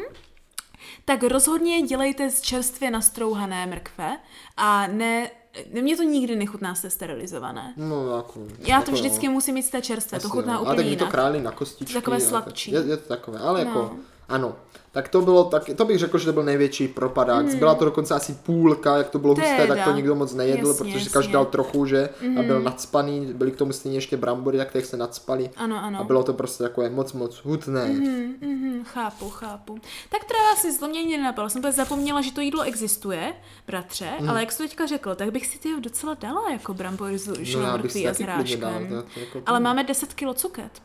tak rozhodně dělejte z čerstvě nastrouhané mrkve a ne, mě to nikdy nechutná z té sterilizované. No, jako, Já jako to vždycky jo. musím mít z té čerstvé, to chutná no. úplně jinak. Ale tak jinak. to králi na kostičky. Takové sladčí. Je, je to takové, ale no. jako, ano. Tak to bylo, tak, to bych řekl, že to byl největší propadák. Mm. Byla to dokonce asi půlka, jak to bylo Teda. husté, tak to nikdo moc nejedl, Jasně, protože si jasně. každý dal trochu, že mm. a byl nacpaný, byly k tomu stejně ještě brambory, tak těch se nacpali. Ano, ano. A bylo to prostě takové moc, moc hutné. Mm, mm, chápu, chápu. Tak teda asi to mě ani nenapadlo. Jsem zapomněla, že to jídlo existuje, bratře, mm. ale jak jsi to teďka řekl, tak bych si ty docela dala jako brambory s dušenou no, mrkví a s hráškem. Dal, to, to jako ale máme deset kilo cuket.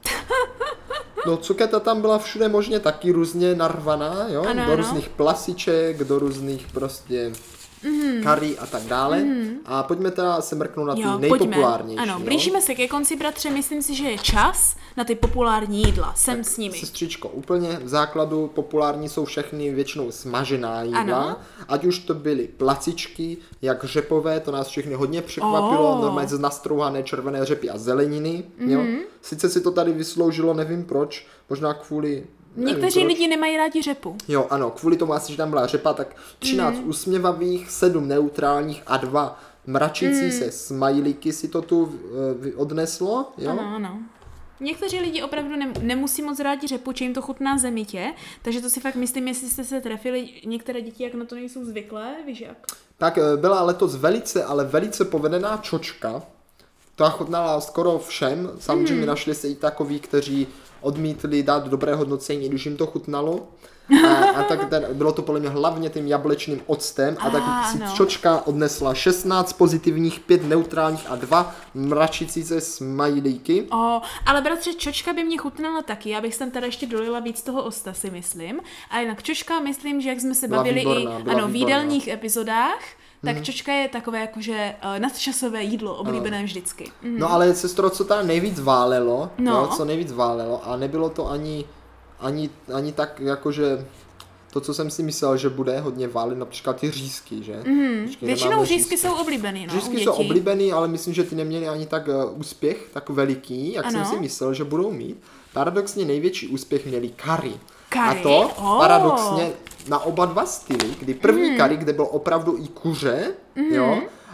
No cuketa tam byla všude možně taky různě narvaná, jo, ano, do ano. různých plasiček, do různých prostě mm. curry a tak dále. Mm. A pojďme teda se mrknout na ty jo, nejpopulárnější. Pojďme. Ano, jo? blížíme se ke konci, bratře, myslím si, že je čas na ty populární jídla. Jsem tak, s nimi. Sestřičko, úplně v základu populární jsou všechny většinou smažená jídla. Ano. Ať už to byly placičky, jak řepové, to nás všechny hodně překvapilo, oh. normálně z nastrouhané červené řepy a zeleniny. Mm-hmm. Jo? Sice si to tady vysloužilo, nevím proč, možná kvůli... Někteří nevím, lidi nemají rádi řepu. Jo, ano, kvůli tomu asi, že tam byla řepa, tak třináct mm. usměvavých, sedm neutrálních a dva mračící mm. se smajlíky si to tu uh, odneslo, jo? Ano, ano. Někteří lidi opravdu ne, nemusí moc rádi řepu, či jim to chutná zemitě, takže to si fakt myslím, jestli jste se trefili některé děti, jak na to nejsou zvyklé, víš jak? Tak byla letos velice, ale velice povedená čočka, ta chutnala skoro všem, samozřejmě mm. našli se i takoví, kteří odmítli dát dobré hodnocení, když jim to chutnalo. A, a tak ten, bylo to podle mě hlavně tím jablečným octem a tak si no. čočka odnesla šestnáct pozitivních, pět neutrálních a dva mračící se smajlíky. Oh, ale bratře, čočka by mě chutnala taky, já bych tam teda ještě dolila víc toho osta, si myslím. A jinak čočka, myslím, že jak jsme se byla bavili výborná, i byla ano, v jídelních epizodách, tak mm. čočka je takové jakože uh, nadčasové jídlo, oblíbené ano. vždycky. Mm. No ale sestro, co tam nejvíc válelo, no. jo, co nejvíc válelo a nebylo to ani, ani, ani tak jakože to, co jsem si myslel, že bude hodně válit, například ty řízky, že? Mm. Většinou řízky jsou oblíbený, no, Řízky jsou oblíbený, ale myslím, že ty neměly ani tak uh, úspěch, tak veliký, jak ano. jsem si myslel, že budou mít. Paradoxně největší úspěch měli curry. Curry? A to oh. paradoxně na oba dva styly, kdy první mm. curry, kde bylo opravdu i kuře, mm. jo,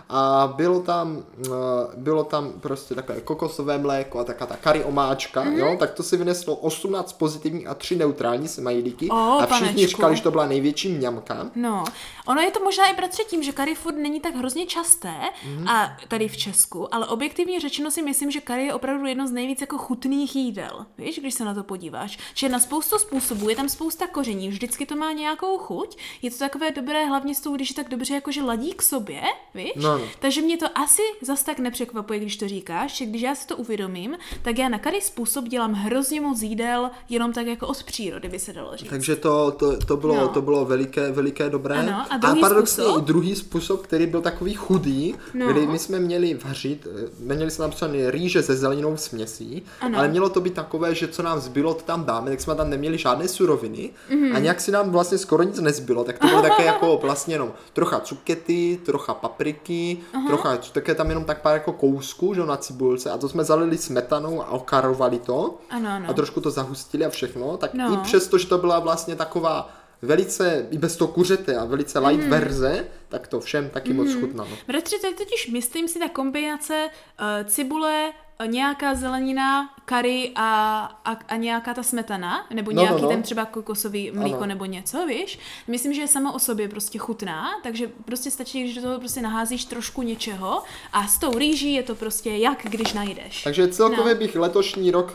a bylo tam, bylo tam prostě takové kokosové mléko a taková ta curry omáčka, mm-hmm. jo, tak to si vyneslo osmnáct pozitivních a tři neutrální smajlíky oh, a všichni panečku. říkali, že to byla největší mňamka. No, ono je to možná i bratře tím, že curry food není tak hrozně časté mm-hmm. a tady v Česku, ale objektivně řečeno si myslím, že curry je opravdu jedno z nejvíc jako chutných jídel, víš, když se na to podíváš. Že na spoustu způsobů je tam spousta koření, vždycky to má nějakou chuť, je to takové dobré, hlavně s tou, když je tak dobře jakože ladí k sobě, víš? No, no. Takže mě to asi zas tak nepřekvapuje, když to říkáš, že když já si to uvědomím, tak já na curry způsob dělám hrozně moc jídel, jenom tak jako od přírody by se dalo říct. Takže to, to, to bylo, no. to bylo veliké, veliké dobré. Ano, a, a paradoxně i druhý způsob, který byl takový chudý, no. kdy my jsme měli vařit, měli jsme napsané rýže se zeleninou směsí, ano. ale mělo to být takové, že co nám zbylo, to tam dáme, tak jsme tam neměli žádné suroviny mm-hmm. a nějak si nám vlastně skoro nic nezbylo, tak to bylo také jako vlastně jenom trocha cukety, trocha papriky, uh-huh. trocha, také tam jenom tak pár jako kousků, že na cibulce a to jsme zalili smetanou a okarovali to ano, ano. a trošku to zahustili a všechno, tak no. i přesto, že to byla vlastně taková velice, i bez toho kuřete a velice light mm. verze, tak to všem taky mm. moc chutnalo. Bratře, to je totiž, myslím si, ta kombinace uh, cibule, nějaká zelenina, curry a, a, a nějaká ta smetana, nebo no, nějaký no, no. ten třeba kokosový mlíko ano. nebo něco, víš? Myslím, že je samo o sobě prostě chutná, takže prostě stačí, když do toho prostě naházíš trošku něčeho a s tou rýží je to prostě jak když najdeš. Takže celkově no. bych letošní rok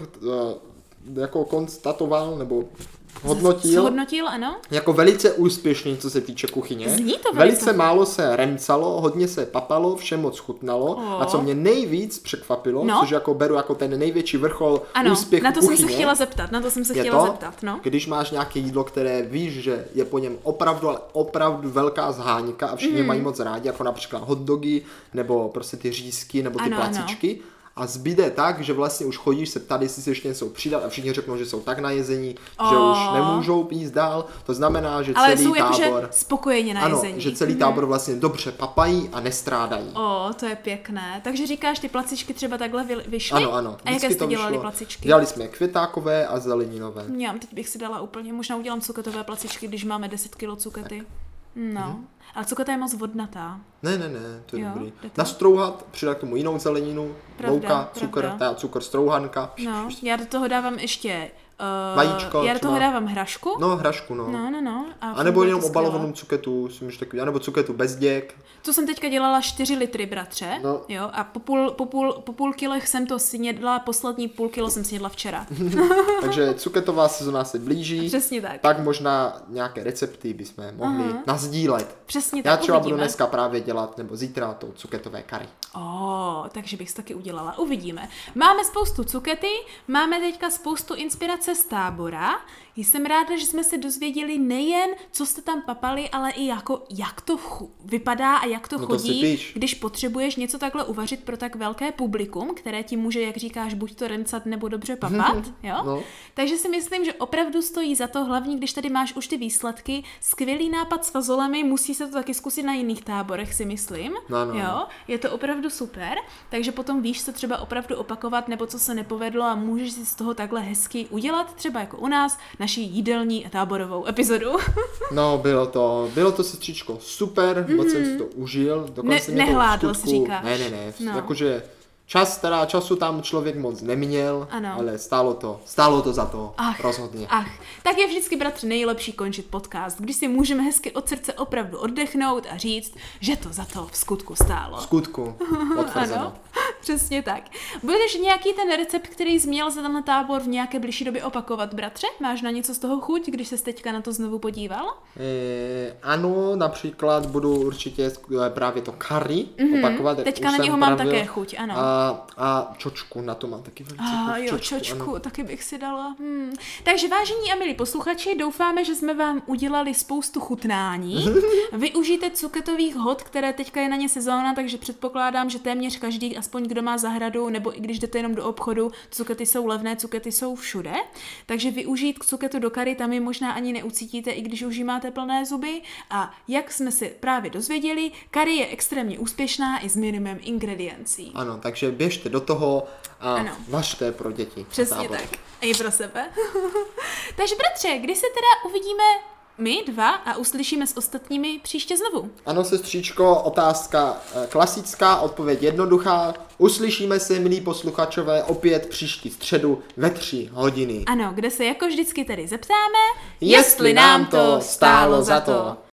uh, jako konstatoval, nebo hodnotil, hodnotil, ano. Jako velice úspěšný, co se týče kuchyně. Zní to velice. velice málo se remcalo, hodně se papalo, všem moc chutnalo. Oh. A co mě nejvíc překvapilo, no. což jako beru jako ten největší vrchol ano, úspěchu na to kuchyně, jsem se chtěla zeptat, na to jsem se je chtěla to, zeptat, no. Když máš nějaké jídlo, které víš, že je po něm opravdu, ale opravdu velká zháňka a všichni mm. mají moc rádi, jako například hot dogy, nebo prostě ty řízky, nebo ty ano, placičky. Ano. A zbyde tak, že vlastně už chodíš se ptát, jestli si ještě něco přidat a všichni řeknou, že jsou tak najezení, oh. že už nemůžou jíst dál. To znamená, že ale celý jsou tábor... jakože spokojeně najezení. Ano, že celý tábor vlastně dobře papají a nestrádají. O, to je pěkné. Takže říkáš, ty placičky třeba takhle vyšly? Ano, ano. A jaké jste dělali placičky? Dělali jsme květákové a zeleninové. Já teď bych si dala úplně, možná udělám cuketové placičky, když máme deset kilo cukety. Tak. No, hmm. ale cuketa je moc vodnatá. Ne, ne, ne, to je jo, dobrý. Nastrouhat, přidat k tomu jinou zeleninu, pravda, mouka, cukr, teda cukr, strouhanka. No, já do toho dávám ještě Uh, vajíčko. Já do toho dávám hrašku. No, hrašku, no. No, no, no. A, a nebo jenom obalovanou cuketu, si můžeš takový, anebo cuketu bez děk. To jsem teďka dělala čtyři litry, bratře. No. Jo, a po půl, po, půl, po půl kilech jsem to snědla, poslední půl kilo jsem snědla včera. Takže cuketová sezóna se blíží. Přesně tak. Tak možná nějaké recepty bychom mohli uh-huh. nazdílet. Přesně Já tak, třeba uvidíme. budu dneska právě dělat, nebo zítra to cuketové curry. Oh, takže bych to taky udělala. Uvidíme. Máme spoustu cukety, máme teďka spoustu inspirace z tábora. Jsem ráda, že jsme se dozvěděli nejen, co jste tam papali, ale i jako, jak to chu- vypadá a jak to no chodí, to když potřebuješ něco takhle uvařit pro tak velké publikum, které ti může, jak říkáš, buď to remcat nebo dobře papat, jo? No. Takže si myslím, že opravdu stojí za to, hlavně když tady máš už ty výsledky, skvělý nápad s fazolemi, musí se to taky zkusit na jiných táborech, si myslím, no, no. jo? Je to opravdu super, takže potom víš, co třeba opravdu opakovat, nebo co se nepovedlo a můžeš si z toho takhle hezky udělat, třeba jako u nás, naší jídelní a táborovou epizodu. No, bylo to, bylo to, sestřičko, super, mm-hmm. moc jsem si to užil. Ne, nehládl, si říkáš. Ne, ne, ne, no. jakože čas, teda času tam člověk moc neměl, ano. ale stálo to, stálo to za to, ach, rozhodně. Ach, tak je vždycky, bratře, nejlepší končit podcast, když si můžeme hezky od srdce opravdu oddechnout a říct, že to za to v skutku stálo. V skutku, potvrzeno. Ano, přesně tak. Budeš nějaký ten recept, který jsi měl za tenhle tábor v nějaké blížší době opakovat, bratře? Máš na něco z toho chuť, když ses teďka na to znovu podíval? E, ano, například budu určitě právě to curry mm-hmm. opakovat. Teďka na něho mám také chuť, ano. A, a čočku, na to mám taky velice ah, chuť. Jo, čočku, čočku taky bych si dala. Hmm. Takže vážení a milí posluchači, doufáme, že jsme vám udělali spoustu chutnání. Využijte cuketových hod, které teďka je na ně sezóna, takže předpokládám, že téměř každý, aspoň kdo má zahradu, nebo i když jdete jenom do obchodu, cukety jsou levné, cukety jsou všude. Takže využít k cuketu do curry, tam je možná ani neucítíte, i když už jí máte plné zuby. A jak jsme si právě dozvěděli, curry je extrémně úspěšná i s minimem ingrediencí. Ano, takže běžte do toho a ano. vařte pro děti. Přesně tak. I pro sebe. Takže bratře, kdy se teda uvidíme my dva a uslyšíme s ostatními příště znovu. Ano, sestřičko, otázka klasická, odpověď jednoduchá. Uslyšíme se, milí posluchačové, opět příští středu ve tři hodiny. Ano, kde se jako vždycky tedy zeptáme, jestli nám to stálo za to.